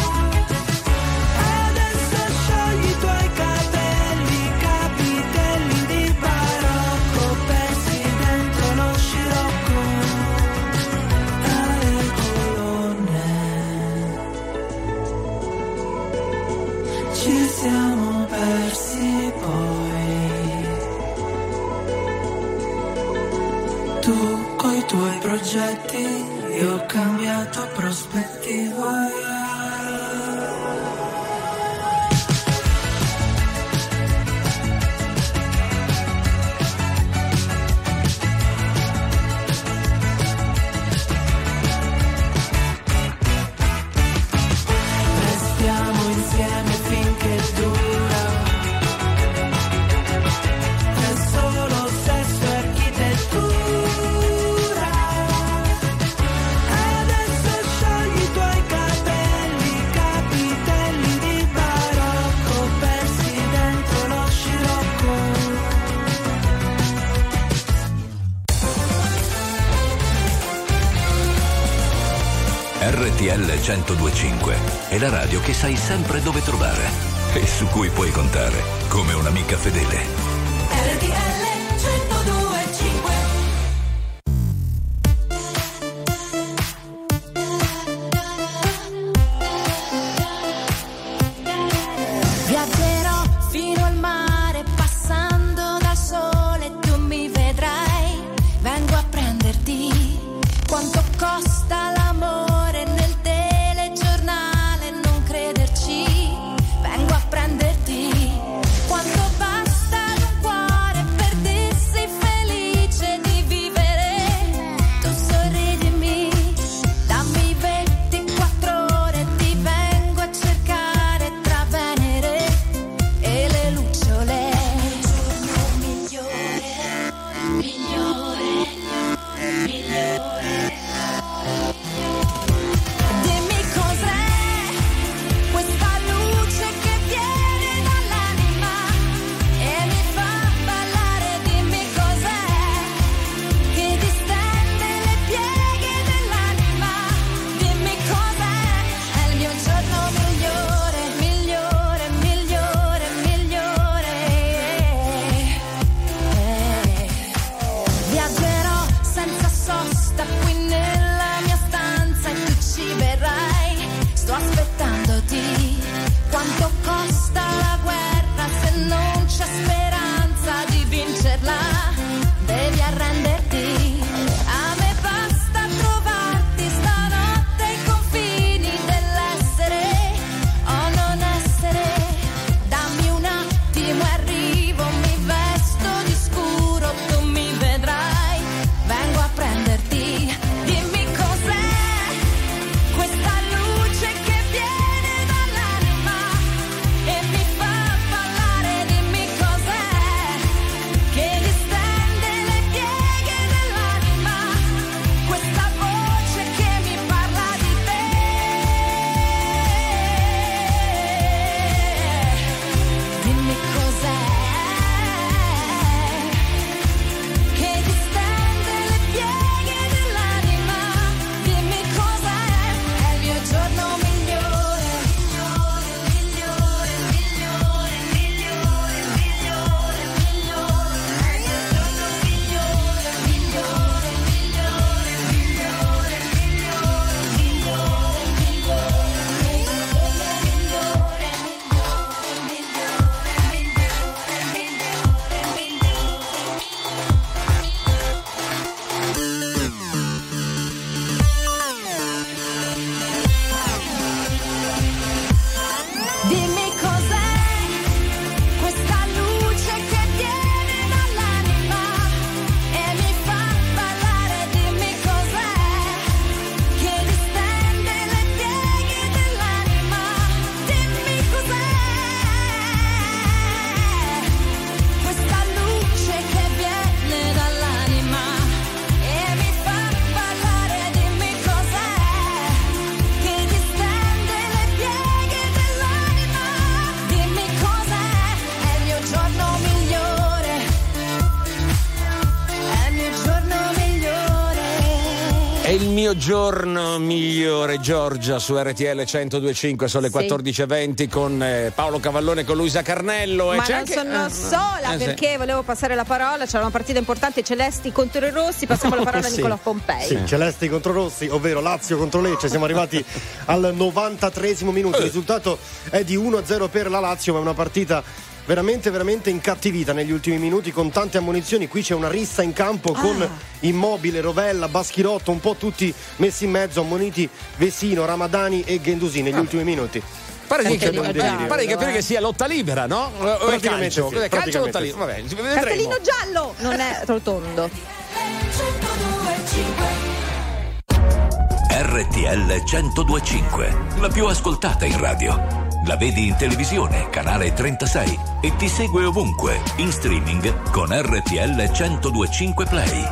[SPEAKER 3] Adesso sciogli i tuoi capelli, capitelli di barocco, persi dentro lo scirocco tra le colonne. Ci siamo persi poi, tu coi tuoi progetti, io ho cambiato prospettiva. Restiamo insieme finché dura, è solo sesso e architettura. Adesso sciogli i tuoi capelli, capitelli di barocco, persi dentro lo scirocco.
[SPEAKER 4] R T L centodue e cinque è la radio che sai sempre dove trovare e su cui puoi contare come un'amica fedele.
[SPEAKER 5] R T L centodue e cinque.
[SPEAKER 6] Viaggerò fino al mare passando dal sole, tu mi vedrai, vengo a prenderti. Quanto costa l'amore nel telegiornale, non crederci, vengo a prenderti. Quanto basta un cuore per
[SPEAKER 1] il mio giorno migliore, Giorgia, su R T L centodue e cinque, sono le
[SPEAKER 2] Sì.
[SPEAKER 1] quattordici e venti con eh, Paolo Cavallone, con Luisa Carnello.
[SPEAKER 2] Ma
[SPEAKER 1] e c'è
[SPEAKER 2] non
[SPEAKER 1] anche...
[SPEAKER 2] sono
[SPEAKER 1] eh,
[SPEAKER 2] sola
[SPEAKER 1] eh, sì.
[SPEAKER 2] perché volevo passare la parola, c'era una partita importante, Celesti contro i Rossi, passiamo la parola a
[SPEAKER 7] Sì.
[SPEAKER 2] Nicola Pompei.
[SPEAKER 7] Sì, Celesti contro Rossi, ovvero Lazio contro Lecce. Siamo arrivati al novantatreesimo minuto. Il risultato è di uno a zero per la Lazio, ma è una partita veramente veramente incattivita negli ultimi minuti, con tante ammonizioni. Qui c'è una rissa in campo con Immobile, Rovella, Baschirotto, un po' tutti messi in mezzo, ammoniti Vesino, Ramadani e Gendouzi negli ultimi minuti.
[SPEAKER 1] Pare di,
[SPEAKER 2] Anche
[SPEAKER 1] che-
[SPEAKER 2] lì,
[SPEAKER 1] pare- pare di capire
[SPEAKER 2] eh.
[SPEAKER 1] che sia lotta libera, no? O è
[SPEAKER 7] Praticamente
[SPEAKER 1] calcio?
[SPEAKER 7] sì,
[SPEAKER 1] Cos'è? Calcio o
[SPEAKER 7] praticamente
[SPEAKER 1] lotta
[SPEAKER 7] sì.
[SPEAKER 1] libera? Vabbè, vedremo.
[SPEAKER 2] Cartellino giallo, non è rotondo.
[SPEAKER 4] R T L centodue e cinque, la più ascoltata in radio. La vedi in televisione, canale trentasei, e ti segue ovunque, in streaming con R T L centodue e cinque Play.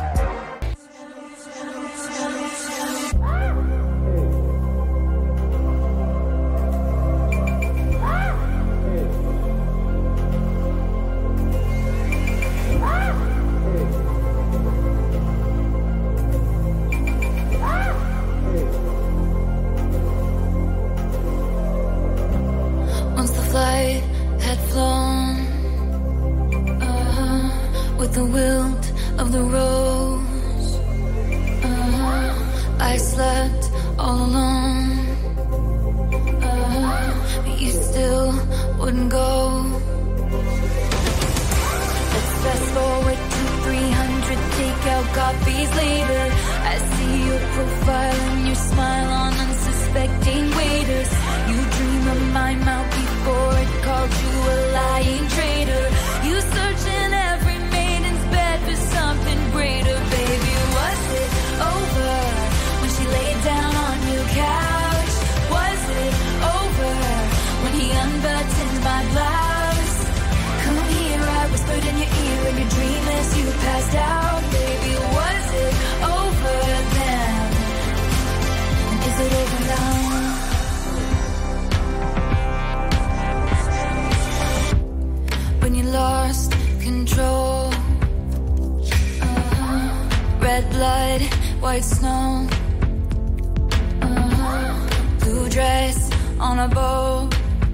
[SPEAKER 6] Once the flight had flown, uh-huh, with the wilt of the rose, uh-huh, I slept all alone, uh-huh, but you still wouldn't go. Let's fast forward to three hundred takeout copies later. I see your profile and your smile on unsuspecting waiters. You dream of my mouth before it called you a lying traitor. You search in every maiden's bed for something greater. Baby, was it over when she laid down on your couch? Was it over when he unbuttoned my blouse? Come here, I whispered in your ear in your dream as you passed out. Baby, was it over then? And is it over now? When you lost control, uh-huh. Red blood, white snow, uh-huh. Blue dress on a boat,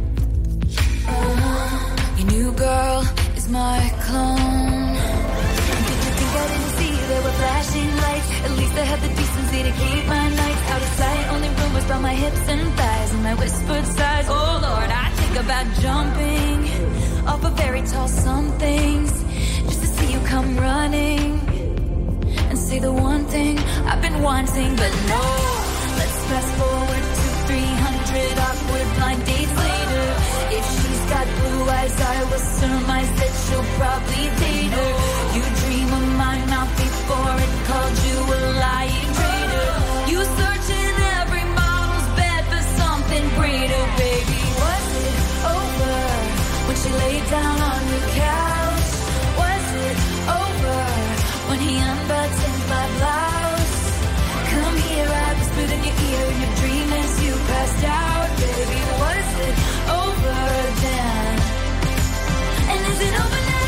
[SPEAKER 6] uh-huh. Your new girl is my clone. Did you think I didn't see there were flashing lights? At least I had the decency to keep my nights out of sight. Only rumors about my hips and thighs and my whispered sighs. Oh Lord, I think about jumping off a very tall somethings just to see you come running and say the one thing I've been wanting. But no, let's fast forward to three hundred awkward blind dates later. If she's got blue eyes, I will surmise that she'll probably date her. You dream of my mouth before it called you a lying traitor. You search in every model's bed for something greater. Baby, was it over when she laid down on your couch? Was it over when he unbuttoned my blouse? Come here, I whispered in your ear in your dream as you passed out. Baby, was it over then? And is it over now?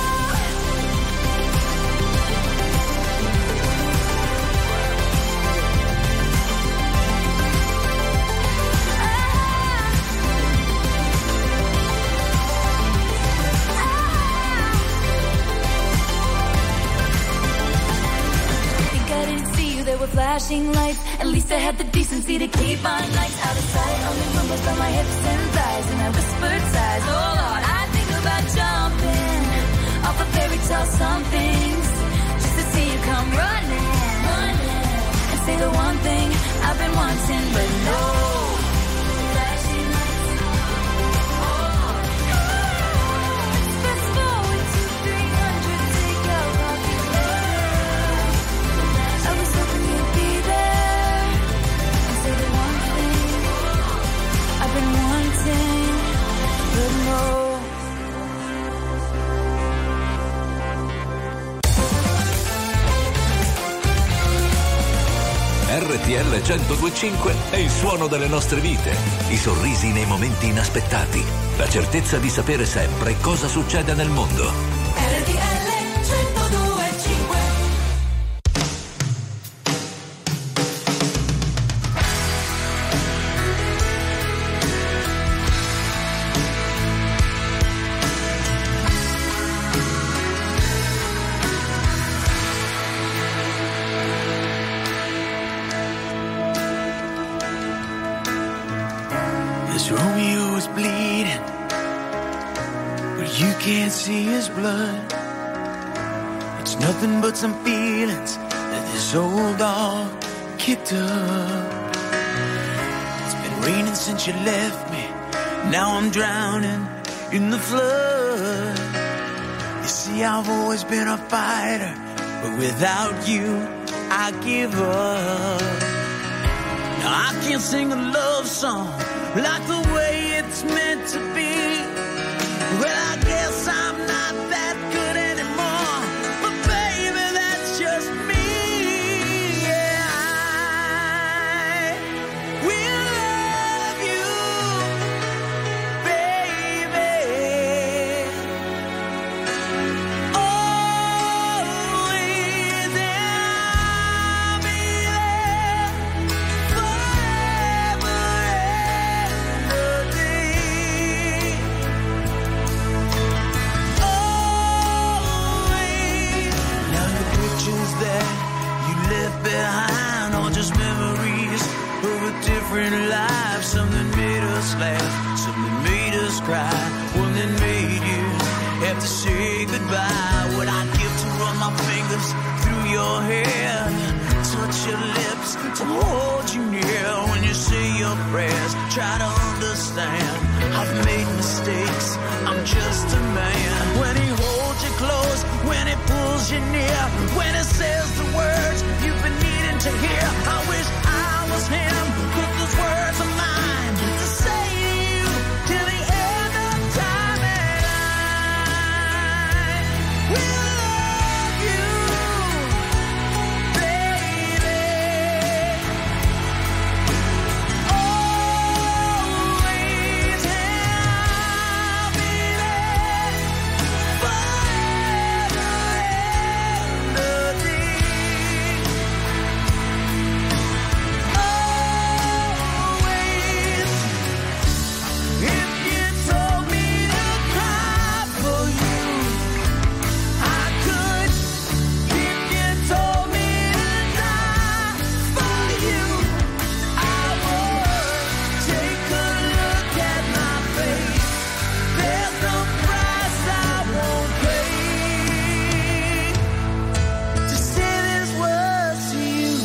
[SPEAKER 6] I didn't see you, there were flashing lights. At least I had the decency to keep my nights out of sight. Only rumors about my hips and thighs and I whispered sighs. Oh Lord, I think about jumping off a fairy tale somethings just to see you come running, running and say the one thing I've been wanting. But no, flashing lights. Oh, fast forward to three hundred takeout copies later. I was hoping you'd be there and say the one thing I've been wanting, but no.
[SPEAKER 4] R T L centodue e cinque è il suono delle nostre vite, i sorrisi nei momenti inaspettati, la certezza di sapere sempre cosa succede nel mondo.
[SPEAKER 5] R T L centodue e cinque.
[SPEAKER 3] Yes, Romeo is bleeding, but you can't see his blood. It's nothing but some feelings that this old dog kicked up. It's been raining since you left me. Now I'm drowning in the flood. You see, I've always been a fighter, but without you, I give up. Now I can't sing a love song like the way it's meant to be. Well, I guess I'm not that good anymore, but baby, that's just me. Yeah, I will love you, baby. Always, and I'll be there forever and a day. Always. Now the pictures that you left behind are just memories of a different life. Something made us laugh, something made us cry, one that made you have to say goodbye. What I'd give to run my fingers through your hair, touch your lips, to hold you near when you say your prayers. Try to understand, I've made mistakes, I'm just a man. When he holds you close, when he pulls you near, when he says the words you've been needing to hear, I wish I was him, but those words are mine to say to you till the end of time. And I will love you, baby. Always, and I'll be there forever and a day. Always. If you told me to cry for you, I could. If you told me to die for you, I would. Take a look at my face. There's no price I won't pay to say these words to you.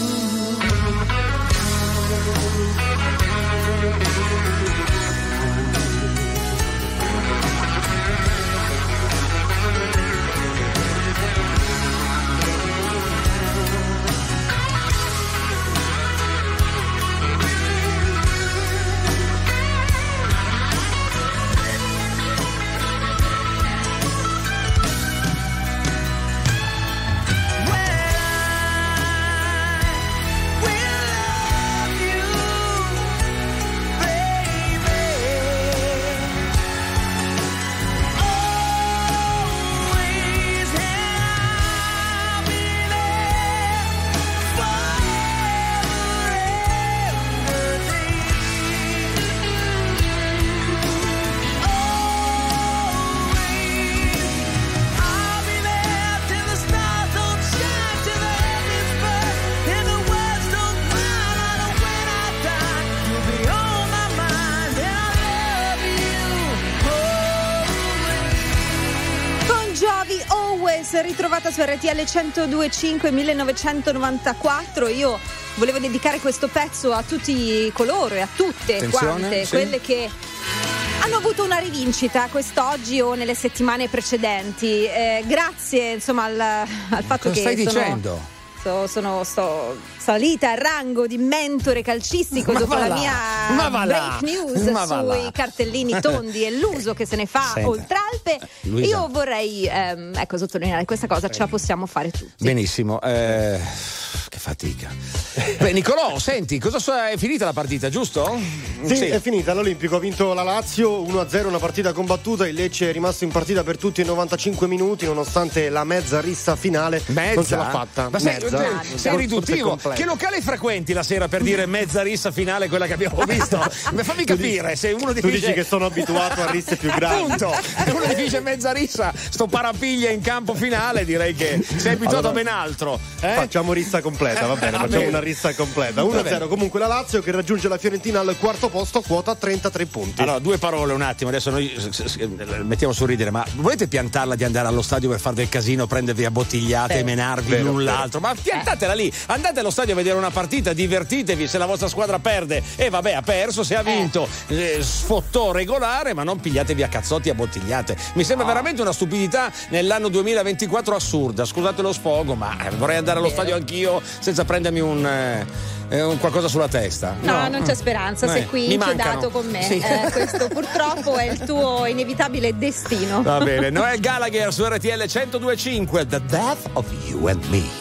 [SPEAKER 2] Ritrovata su R T L centodue e cinque millenovecentonovantaquattro. Io volevo dedicare questo pezzo a tutti coloro e a tutte
[SPEAKER 1] Attenzione,
[SPEAKER 2] quante
[SPEAKER 1] sì.
[SPEAKER 2] quelle che hanno avuto una rivincita quest'oggi o nelle settimane precedenti. Eh, grazie insomma al, al fatto
[SPEAKER 1] Cosa
[SPEAKER 2] che
[SPEAKER 1] stai
[SPEAKER 2] sono,
[SPEAKER 1] dicendo?
[SPEAKER 2] so- sono sto salita al rango di mentore calcistico
[SPEAKER 1] Ma
[SPEAKER 2] dopo
[SPEAKER 1] va
[SPEAKER 2] la
[SPEAKER 1] là,
[SPEAKER 2] mia
[SPEAKER 1] ma va là,
[SPEAKER 2] break news
[SPEAKER 1] ma va
[SPEAKER 2] sui
[SPEAKER 1] là.
[SPEAKER 2] cartellini tondi e l'uso che se ne fa
[SPEAKER 1] Senta,
[SPEAKER 2] oltre Alpe.
[SPEAKER 1] Luisa.
[SPEAKER 2] Io vorrei ehm, ecco sottolineare questa cosa, ce la possiamo fare tutti.
[SPEAKER 1] Benissimo, eh, che fatica. Beh, Nicolò, senti, cosa so- è finita la partita, giusto?
[SPEAKER 7] Sì, è finita. L'Olimpico ha vinto la Lazio uno a zero, una partita combattuta. Il Lecce è rimasto in partita per tutti i novantacinque minuti, nonostante la mezza rissa finale.
[SPEAKER 1] Mezza?
[SPEAKER 7] Non ce l'ha fatta.
[SPEAKER 1] Ma sei,
[SPEAKER 7] mezza.
[SPEAKER 1] sei
[SPEAKER 7] Forse
[SPEAKER 1] riduttivo.
[SPEAKER 7] completa.
[SPEAKER 1] Che locale frequenti la sera per dire mezza rissa finale, quella che abbiamo visto? Ma fammi
[SPEAKER 7] Tu
[SPEAKER 1] capire,
[SPEAKER 7] dici-
[SPEAKER 1] se uno
[SPEAKER 7] tu
[SPEAKER 1] definisce...
[SPEAKER 7] dici che sono abituato a risse più grandi.
[SPEAKER 1] Appunto, se uno definisce mezza rissa, sto parapiglia in campo finale, direi che sei abituato
[SPEAKER 7] Allora,
[SPEAKER 1] a ben altro. Eh?
[SPEAKER 7] Facciamo rissa completa. completa, va bene, facciamo una rissa completa. uno a zero comunque la Lazio che raggiunge la Fiorentina al quarto posto, quota trentatré punti.
[SPEAKER 1] Allora, due parole un attimo, adesso noi mettiamo su ridere, ma volete piantarla di andare allo stadio per fare del casino, prendervi a bottigliate
[SPEAKER 2] Beh.
[SPEAKER 1] e menarvi
[SPEAKER 7] Vero,
[SPEAKER 1] l'un
[SPEAKER 7] vero.
[SPEAKER 1] l'altro? Ma piantatela lì, andate allo stadio a vedere una partita, divertitevi, se la vostra squadra perde, e vabbè, ha perso, se ha vinto, eh, sfottò regolare, ma non pigliatevi a cazzotti a bottigliate. Mi sembra veramente una stupidità nell'anno duemilaventiquattro assurda, scusate lo sfogo, ma vorrei andare allo stadio anch'io senza prendermi un, eh, un qualcosa sulla testa.
[SPEAKER 2] No, non c'è speranza,
[SPEAKER 1] Eh,
[SPEAKER 2] sei qui
[SPEAKER 1] mi
[SPEAKER 2] inchiodato
[SPEAKER 1] mancano.
[SPEAKER 2] con me.
[SPEAKER 1] Sì.
[SPEAKER 2] Eh, questo purtroppo è il tuo inevitabile destino.
[SPEAKER 1] Va bene, Noel Gallagher su R T L centodue e cinque, The Death of You and Me.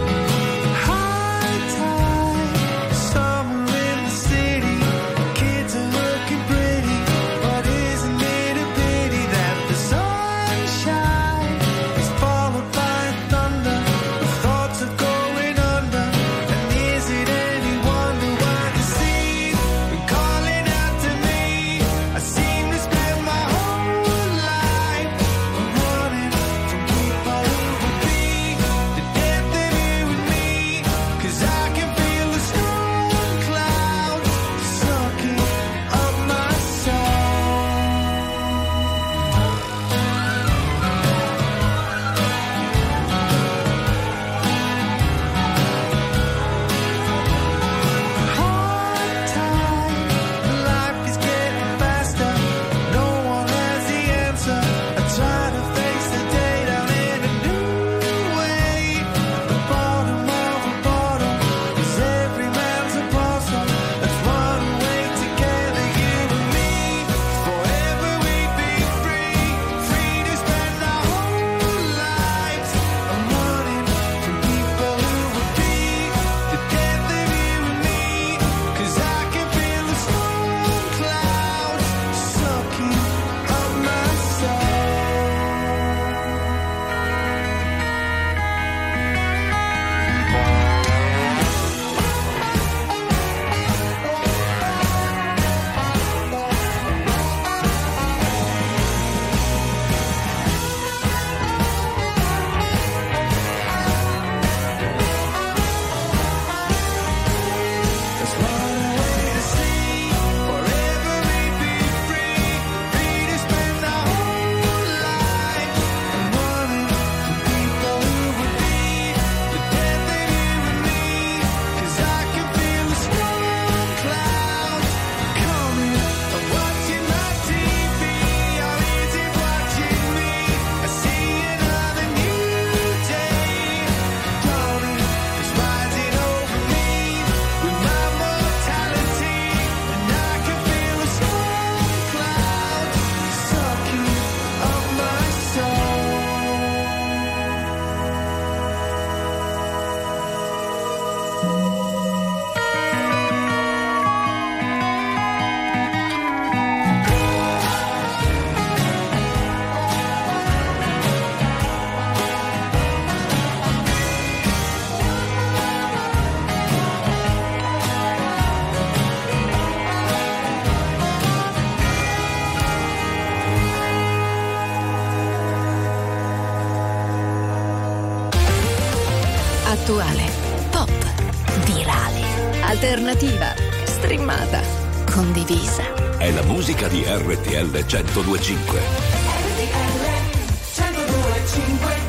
[SPEAKER 9] Attuale, pop, virale, alternativa, streamata, condivisa.
[SPEAKER 4] È la musica di R T L centodue e cinque.
[SPEAKER 5] R T L centodue e cinque.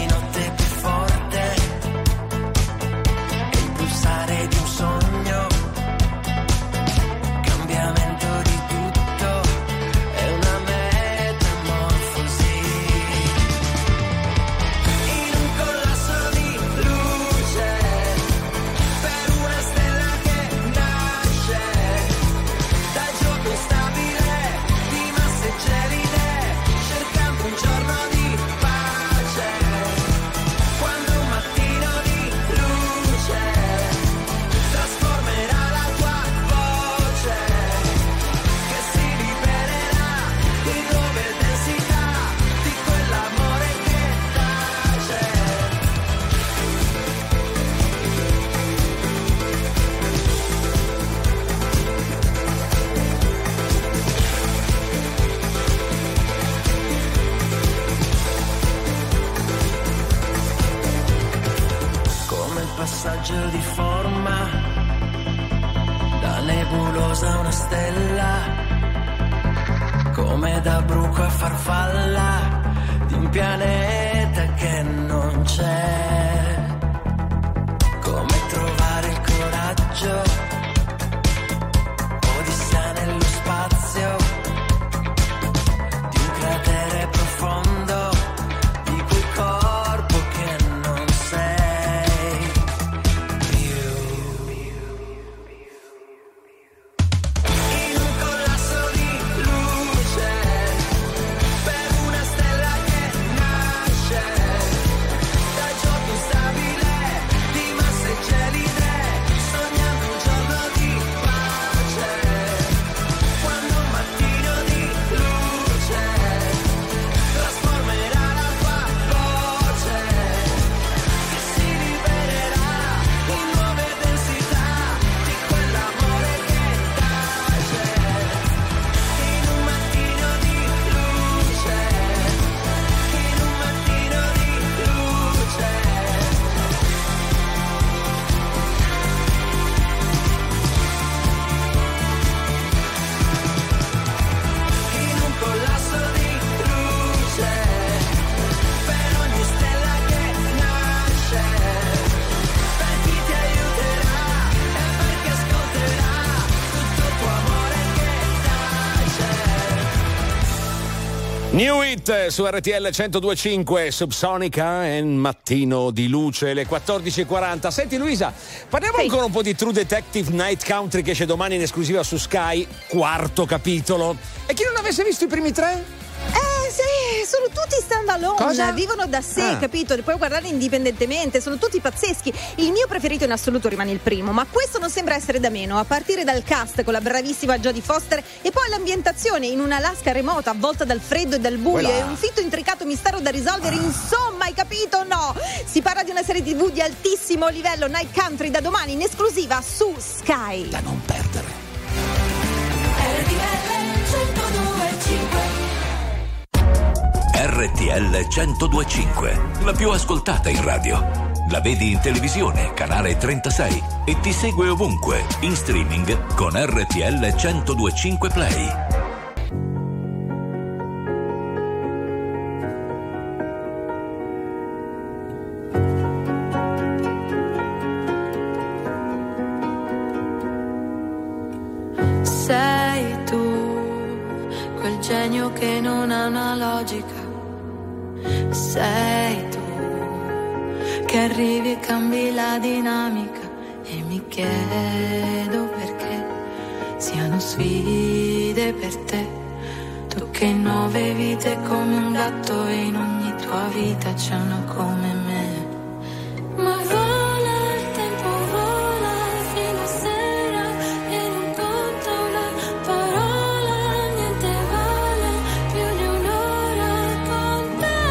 [SPEAKER 3] di un sogno posa una stella, come da bruco a farfalla di un pianeta che non c'è. Come trovare il coraggio, odissea nello spazio, di un cratere profondo, di quel corpo che non sei più. In un collasso di luce, per una stella che nasce dal gioco instabile di masse gelide, sognando un giorno di pace, quando un mattino di luce trasformerà la tua voce, che si libererà in nuove densità di quell'amore che tace. In un mattino di luce, in un mattino di luce. In un collasso di luce, per ogni stella che nasce, per chi ti aiuterà e per chi ascolterà tutto il tuo amore che tace.
[SPEAKER 1] New Hit su R T L centodue e cinque, Subsonica e Mattino di luce, le quattordici e quaranta. Senti Luisa, parliamo
[SPEAKER 2] Sì.
[SPEAKER 1] ancora un po' di True Detective Night Country, che esce domani in esclusiva su Sky, quarto capitolo. E chi non avesse visto i primi tre?
[SPEAKER 2] Eh sì, sono tutti standalone,
[SPEAKER 1] Cosa?
[SPEAKER 2] vivono da sé,
[SPEAKER 1] Ah.
[SPEAKER 2] capito? Li puoi guardare indipendentemente, sono tutti pazzeschi. Il mio preferito in assoluto rimane il primo, ma questo non sembra essere da meno, a partire dal cast con la bravissima Jodie Foster e poi l'ambientazione in un'Alaska remota avvolta dal freddo e dal buio
[SPEAKER 1] Voilà.
[SPEAKER 2] e un fitto intricato mistero da risolvere, insomma, hai capito? No! Si parla di una serie tivù di altissimo livello, Night Country, da domani in esclusiva su Sky.
[SPEAKER 1] Da non perdere.
[SPEAKER 5] R T L centodue e cinque.
[SPEAKER 4] R T L centodue e cinque, la più ascoltata in radio. La vedi in televisione, canale trentasei, e ti segue ovunque, in streaming con R T L centodue e cinque Play.
[SPEAKER 6] Sei tu, quel genio che non ha una logica. Sei tu, che arrivi e cambi la dinamica. E mi chiedo perché siano sfide per te. Tu che in nove vite come un gatto e in ogni tua vita c'è una come me. Ma vola il tempo, vola fino a sera e non conta una parola, niente vale più di un'ora con te.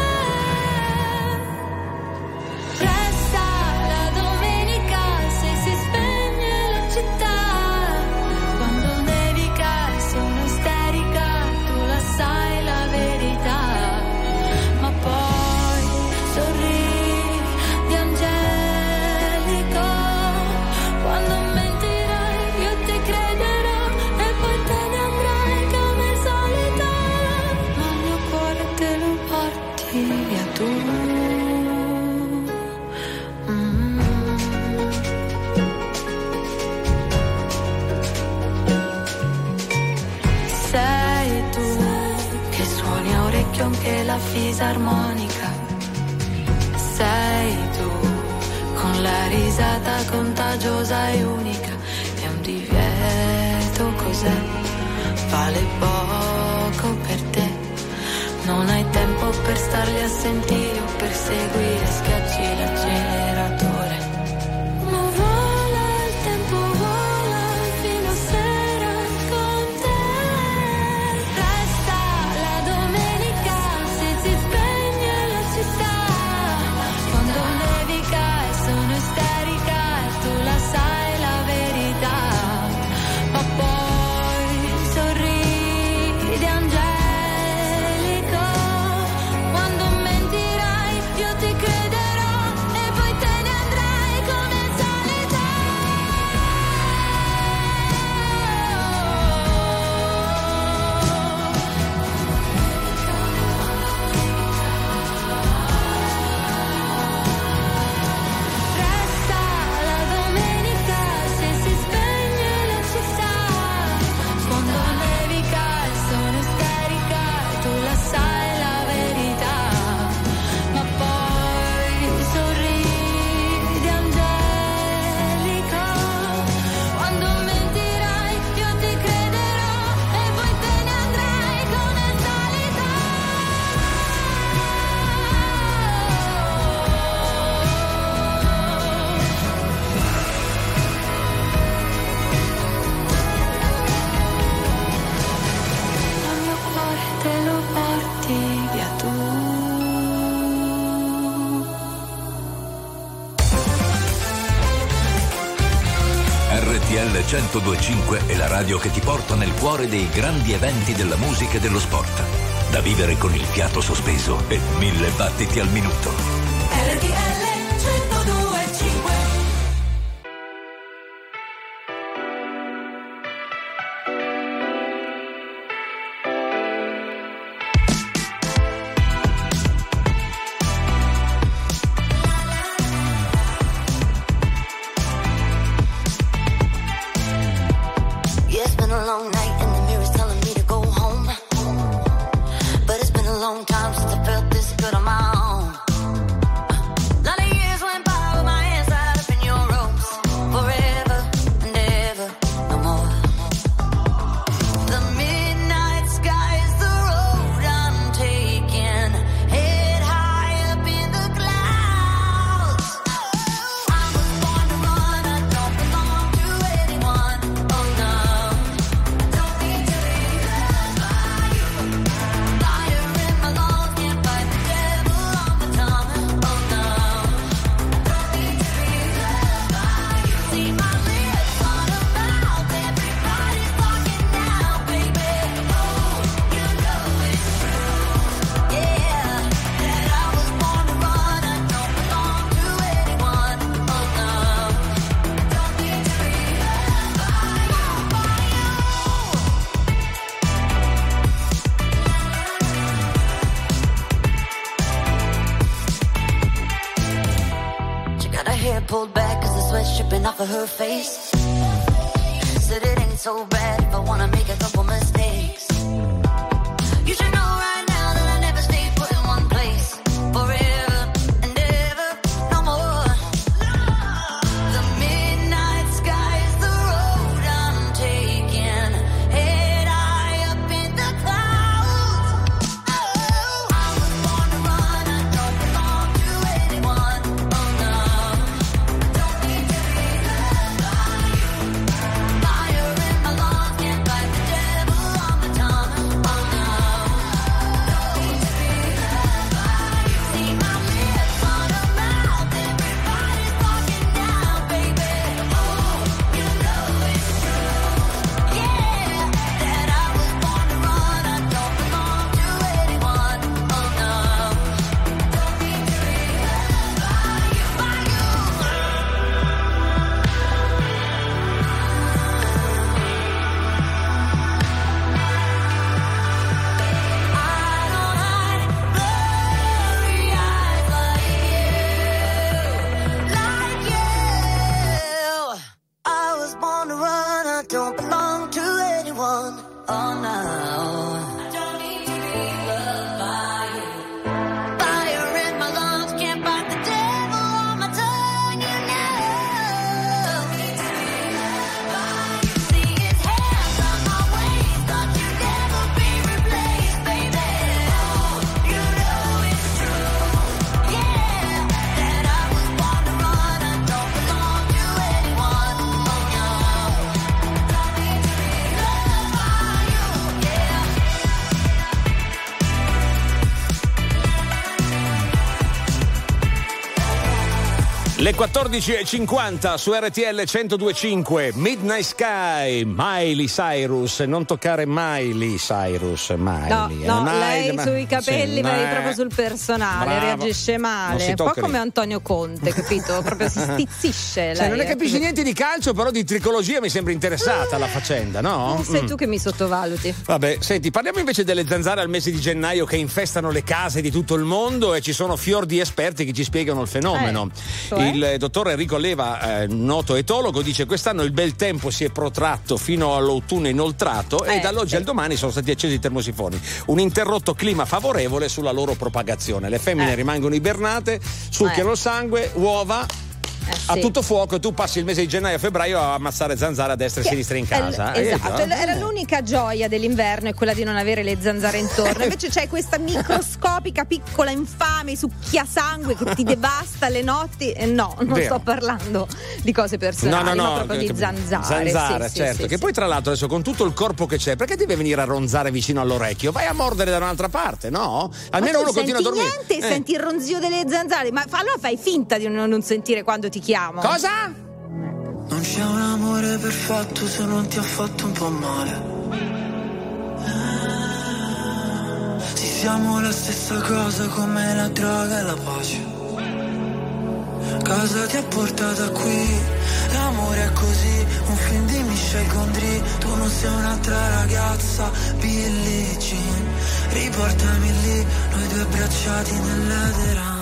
[SPEAKER 6] Resta la domenica se si spegne la città, quando nevica e sono isterica, tu la sai la verità, ma poi sorridi angelico, quando mentirai io ti crederò e poi te ne andrai come al solito, ma il mio cuore te lo porti via tu. Mm. Sei tu che suoni a orecchio anche la fisarmonica. Sei tu con la risata contagiosa e unica. È un divieto, cos'è? Vale poco per te. Non hai tempo per starli a sentire o per seguire, schiacci l'acceleratore. Ma vola il tempo, vola fino a sera con te. Resta la domenica se si spegne la città, quando nevica e sono isterica e tu la sai la verità, ma poi sorridi angelico, quando mentirai io ti crederò e
[SPEAKER 4] L centodue e cinque è la radio che ti porta nel cuore dei grandi eventi della musica e dello sport. Da vivere con il fiato sospeso e mille battiti al minuto.
[SPEAKER 5] R T L centodue e cinque.
[SPEAKER 6] Yeah, it's been a long night and the mirror's telling me to go home. But it's been a long time since I felt this good on my own. Lot of years went by with my hands tied up in your ropes. Forever and ever, no more. The midnight sky is the road I'm taking. Head high up in the clouds. I was born to run, I don't belong to anyone. Oh no. Don't need to be loved by you. Fire in my lungs, can't fight the devil on my tongue. Oh no. Don't need to be loved by you. See my lips on a mouth, everybody's talking now, baby. Oh, you know it's true. Yeah, that I was born to run, I don't belong to anyone. Oh no. Don't need to be loved by you. She got her hair pulled back cause the sweat's dripping off of her face. Said it ain't so bad if I wanna make a couple mistakes. You should know right now that I never stay put in one place. Forever and ever, no more. The midnight sky is the road I'm taking. Head high up in the clouds. Oh, I was born to run, I don't belong to anyone. Oh no. Don't need to be loved by you. Fire in my lungs, can't fight the devil on my tongue. Oh no. Don't need to be loved by you. See my lips on a mouth, everybody's talking now, baby. Oh, you know it's true. Yeah, that I was born to run, I don't belong to anyone. Oh no. Don't need to be loved by you. I don't hide blurry eyes like you, like you. I was born to run, I don't belong to anyone. Oh no. I don't need to be loved by you. Fire in my lungs, can't fight the devil on my tongue, you know. Don't need to be loved by you. See his hands on my waist, thought you'd never be replaced, baby. Oh, you know it's true. Yeah, that I was born to run, I don't belong to anyone. Oh no. Don't need to be loved by you. Yeah.
[SPEAKER 1] Le quattordici e cinquanta su R T L centodue e cinque, Midnight Sky, Miley Cyrus, non toccare Miley Cyrus, Miley.
[SPEAKER 2] No,
[SPEAKER 1] eh,
[SPEAKER 2] no,
[SPEAKER 1] Miley,
[SPEAKER 2] lei
[SPEAKER 1] ma-
[SPEAKER 2] sui capelli,
[SPEAKER 1] sì,
[SPEAKER 2] ma lei
[SPEAKER 1] eh,
[SPEAKER 2] proprio sul personale,
[SPEAKER 1] bravo.
[SPEAKER 2] reagisce
[SPEAKER 1] Non
[SPEAKER 2] male,
[SPEAKER 1] si
[SPEAKER 2] un po'
[SPEAKER 1] tocca
[SPEAKER 2] come
[SPEAKER 1] lì.
[SPEAKER 2] Antonio Conte, capito? Proprio si stizzisce.
[SPEAKER 1] Cioè,
[SPEAKER 2] lei,
[SPEAKER 1] non ne
[SPEAKER 2] eh,
[SPEAKER 1] capisci
[SPEAKER 2] così.
[SPEAKER 1] niente di calcio, però di tricologia mi sembra interessata la faccenda, no?
[SPEAKER 2] Eh, Sei
[SPEAKER 1] Mm.
[SPEAKER 2] tu che mi sottovaluti.
[SPEAKER 1] Vabbè, senti, parliamo invece delle zanzare al mese di gennaio che infestano le case di tutto il mondo e ci sono fior di esperti che ci spiegano il fenomeno.
[SPEAKER 2] Eh, cioè?
[SPEAKER 1] Il dottor Enrico Leva, eh, noto etologo, dice quest'anno il bel tempo si è protratto fino all'autunno inoltrato e
[SPEAKER 2] Eh,
[SPEAKER 1] dall'oggi
[SPEAKER 2] sì.
[SPEAKER 1] al domani sono stati accesi i termosifoni. Un interrotto clima favorevole sulla loro propagazione. Le femmine
[SPEAKER 2] Eh.
[SPEAKER 1] rimangono ibernate, succhiano
[SPEAKER 2] Eh.
[SPEAKER 1] il sangue, uova.
[SPEAKER 2] Eh,
[SPEAKER 1] A
[SPEAKER 2] sì.
[SPEAKER 1] tutto fuoco e tu passi il mese di gennaio a febbraio a ammazzare zanzare a destra e a
[SPEAKER 2] Che
[SPEAKER 1] sinistra in
[SPEAKER 2] è l-
[SPEAKER 1] casa. Hai
[SPEAKER 2] esatto,
[SPEAKER 1] detto, eh?
[SPEAKER 2] era l'unica gioia dell'inverno è quella di non avere le zanzare intorno. Invece c'è questa microscopica piccola infame succhiasangue che ti devasta le notti. Eh, no, non
[SPEAKER 1] Vero.
[SPEAKER 2] sto parlando di cose
[SPEAKER 1] No,
[SPEAKER 2] personali,
[SPEAKER 1] no, no,
[SPEAKER 2] ma proprio di
[SPEAKER 1] che-
[SPEAKER 2] zanzare.
[SPEAKER 1] zanzara,
[SPEAKER 2] sì, sì,
[SPEAKER 1] certo.
[SPEAKER 2] sì,
[SPEAKER 1] che
[SPEAKER 2] sì.
[SPEAKER 1] poi, tra l'altro, adesso con tutto il corpo che c'è, perché deve venire a ronzare vicino all'orecchio? Vai a mordere da un'altra parte, no? Almeno
[SPEAKER 2] ma tu
[SPEAKER 1] uno continua a
[SPEAKER 2] senti
[SPEAKER 1] dormire.
[SPEAKER 2] niente,
[SPEAKER 1] Eh.
[SPEAKER 2] senti il ronzio delle zanzare, ma fa- allora fai finta di non, non sentire quando ti chiamo.
[SPEAKER 1] Cosa?
[SPEAKER 3] Non c'è un amore perfetto se non ti ha fatto un po' male. Sì, siamo la stessa cosa come la droga e la pace. Cosa ti ha portato qui? L'amore è così, un film di Michel Gondry. Tu non sei un'altra ragazza, Billie Jean. Riportami lì, noi due abbracciati nell'edera.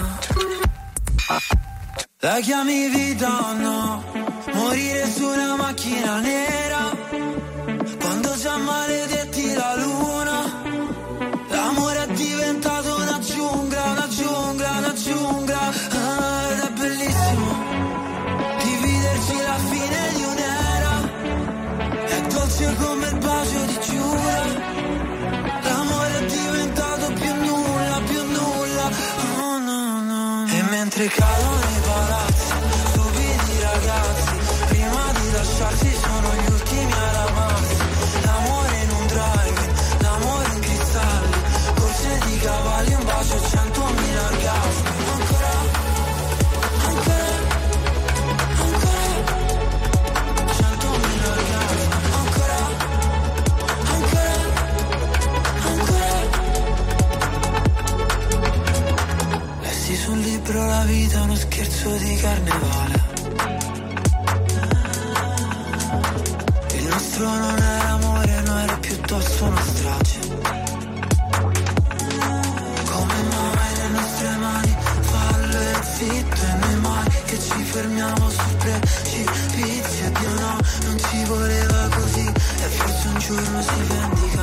[SPEAKER 3] La chiami vita o no? Morire su una macchina nera, quando già maledetti la luna. L'amore è diventato una giungla, una giungla, una giungla. Ah, ed è bellissimo dividerci la fine di un'era. È dolce come il bacio di Giura. L'amore è diventato più nulla, più nulla. Oh no, no. E mentre cadono i palazzi, stupidi ragazzi, prima di lasciarsi sono gli ultimi ad amarsi. L'amore in un drive, l'amore in cristalli, corse di cavalli, un bacio, centomila orgasmi. Ancora, ancora, ancora, centomila orgasmi. Ancora, ancora, ancora. Lessi sul libro La vita è uno scherzo di carnevale. Il nostro non era amore, no, era piuttosto una strage. Come mai le nostre mani fallo e zitto, e noi mai che ci fermiamo sul precipizio. E Dio no, non ci voleva così, e forse un giorno si vendica.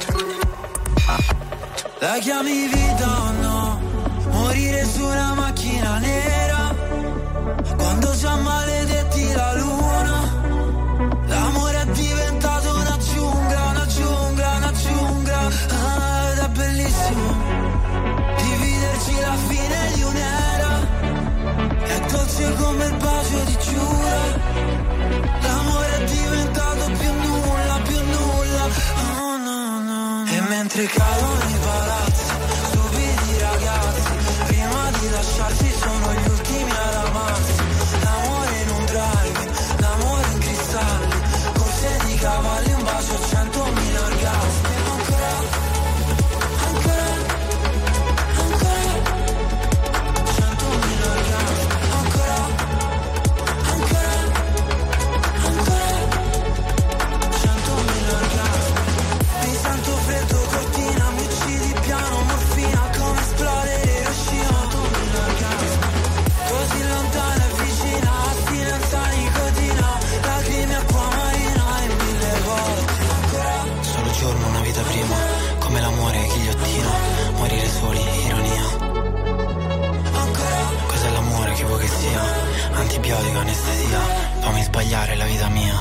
[SPEAKER 3] La chiami vita o no? Morire su una macchina nera, quando già maledetti la luna. L'amore è diventato una giungla, una giungla, una giungla. Ah, ed è bellissimo dividerci la fine di un'era. È dolce come il bacio di Giura. L'amore è diventato più nulla, più nulla. Oh no, no. E mentre cadono i palazzi, stupidi ragazzi, prima di lasciarsi sono gli ultimi ad amarsi. L'amore in un drive, l'amore in cristalli, corse di cavalli, un bacio, centomila orgasmi. Ancora, ancora, ancora, centomila orgasmi. Ancora, ancora, ancora, centomila orgasmi. Mi sento freddo, cortina, mi uccidi piano, morfina, come esplodere Hiroshima. Centomila orgasmi. Così lontana e vicina, astinenza, nicotina, lacrime, acqua marina e mille volte. Ancora, solo giorno, una vita prima, come l'amore, ghigliottina, morire soli, ironia. Ancora, cos'è l'amore, che vuoi che sia? Antibiotico, anestesia, fammi sbagliare la vita mia.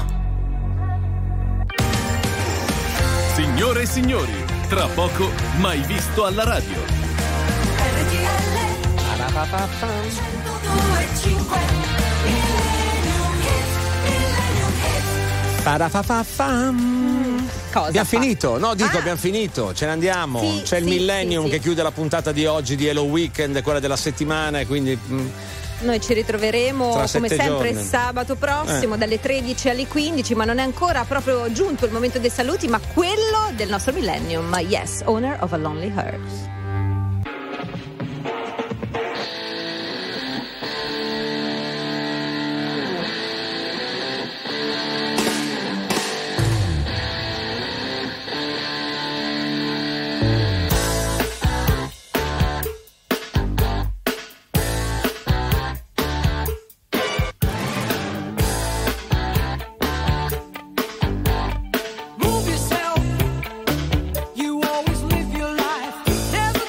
[SPEAKER 10] Signore e signori, tra poco Mai Visto alla Radio.
[SPEAKER 5] R T L centodue e cinque. Millennium Hits, Millennium Hits.
[SPEAKER 1] Parafafafam.
[SPEAKER 2] Cosa
[SPEAKER 1] Abbiamo
[SPEAKER 2] fa?
[SPEAKER 1] finito, no dico
[SPEAKER 2] Ah.
[SPEAKER 1] abbiamo finito, ce ne andiamo,
[SPEAKER 2] Sì,
[SPEAKER 1] c'è il
[SPEAKER 2] sì,
[SPEAKER 1] Millennium
[SPEAKER 2] sì, sì.
[SPEAKER 1] che chiude la puntata di oggi di Hello Weekend, quella della settimana, e quindi mm,
[SPEAKER 2] Noi ci ritroveremo
[SPEAKER 1] Tra
[SPEAKER 2] come
[SPEAKER 1] sette
[SPEAKER 2] sempre
[SPEAKER 1] giorni.
[SPEAKER 2] sabato prossimo
[SPEAKER 1] Eh.
[SPEAKER 2] dalle tredici alle quindici, ma non è ancora proprio giunto il momento dei saluti, ma quello del nostro Millennium. Yes, owner of a Lonely Hearts.
[SPEAKER 3] Move yourself. You always live your life. There's a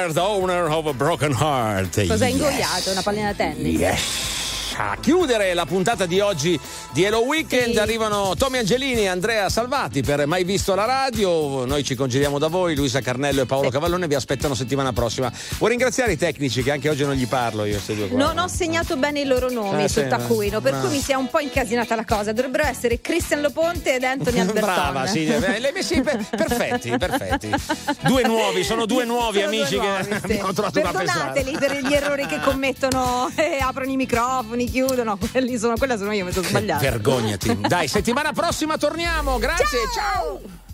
[SPEAKER 1] are the owner of a broken heart.
[SPEAKER 2] Cosa hai
[SPEAKER 1] Yes.
[SPEAKER 2] ingoiato? Una pallina da tennis?
[SPEAKER 1] Yes. A chiudere la puntata di oggi di Hello Weekend
[SPEAKER 2] Sì.
[SPEAKER 1] arrivano Tommy Angelini e Andrea Salvati per Mai Visto la Radio. Noi ci congediamo da voi, Luisa Carnello e Paolo
[SPEAKER 2] Sì.
[SPEAKER 1] Cavallone vi aspettano settimana prossima. Vuoi ringraziare i tecnici che anche oggi non gli parlo io, questi due qua.
[SPEAKER 2] Non ho segnato bene i loro nomi
[SPEAKER 1] Eh,
[SPEAKER 2] sul
[SPEAKER 1] sì,
[SPEAKER 2] taccuino, per
[SPEAKER 1] no.
[SPEAKER 2] cui mi si è un po' incasinata la cosa. Dovrebbero essere Christian Loponte ed Anthony Alberton.
[SPEAKER 1] Brava, sì, eh, li hai messi per- perfetti, perfetti. Due nuovi, sono due nuovi
[SPEAKER 2] Sono due
[SPEAKER 1] amici
[SPEAKER 2] nuovi,
[SPEAKER 1] che
[SPEAKER 2] sì.
[SPEAKER 1] abbiamo trovato una pesata.
[SPEAKER 2] Perdonateli per gli errori che commettono e aprono i microfoni, chiudono. Quelli sono, quella sono io, mi sono sbagliata.
[SPEAKER 1] Vergognati. Dai, settimana prossima torniamo. Grazie, ciao.
[SPEAKER 2] ciao.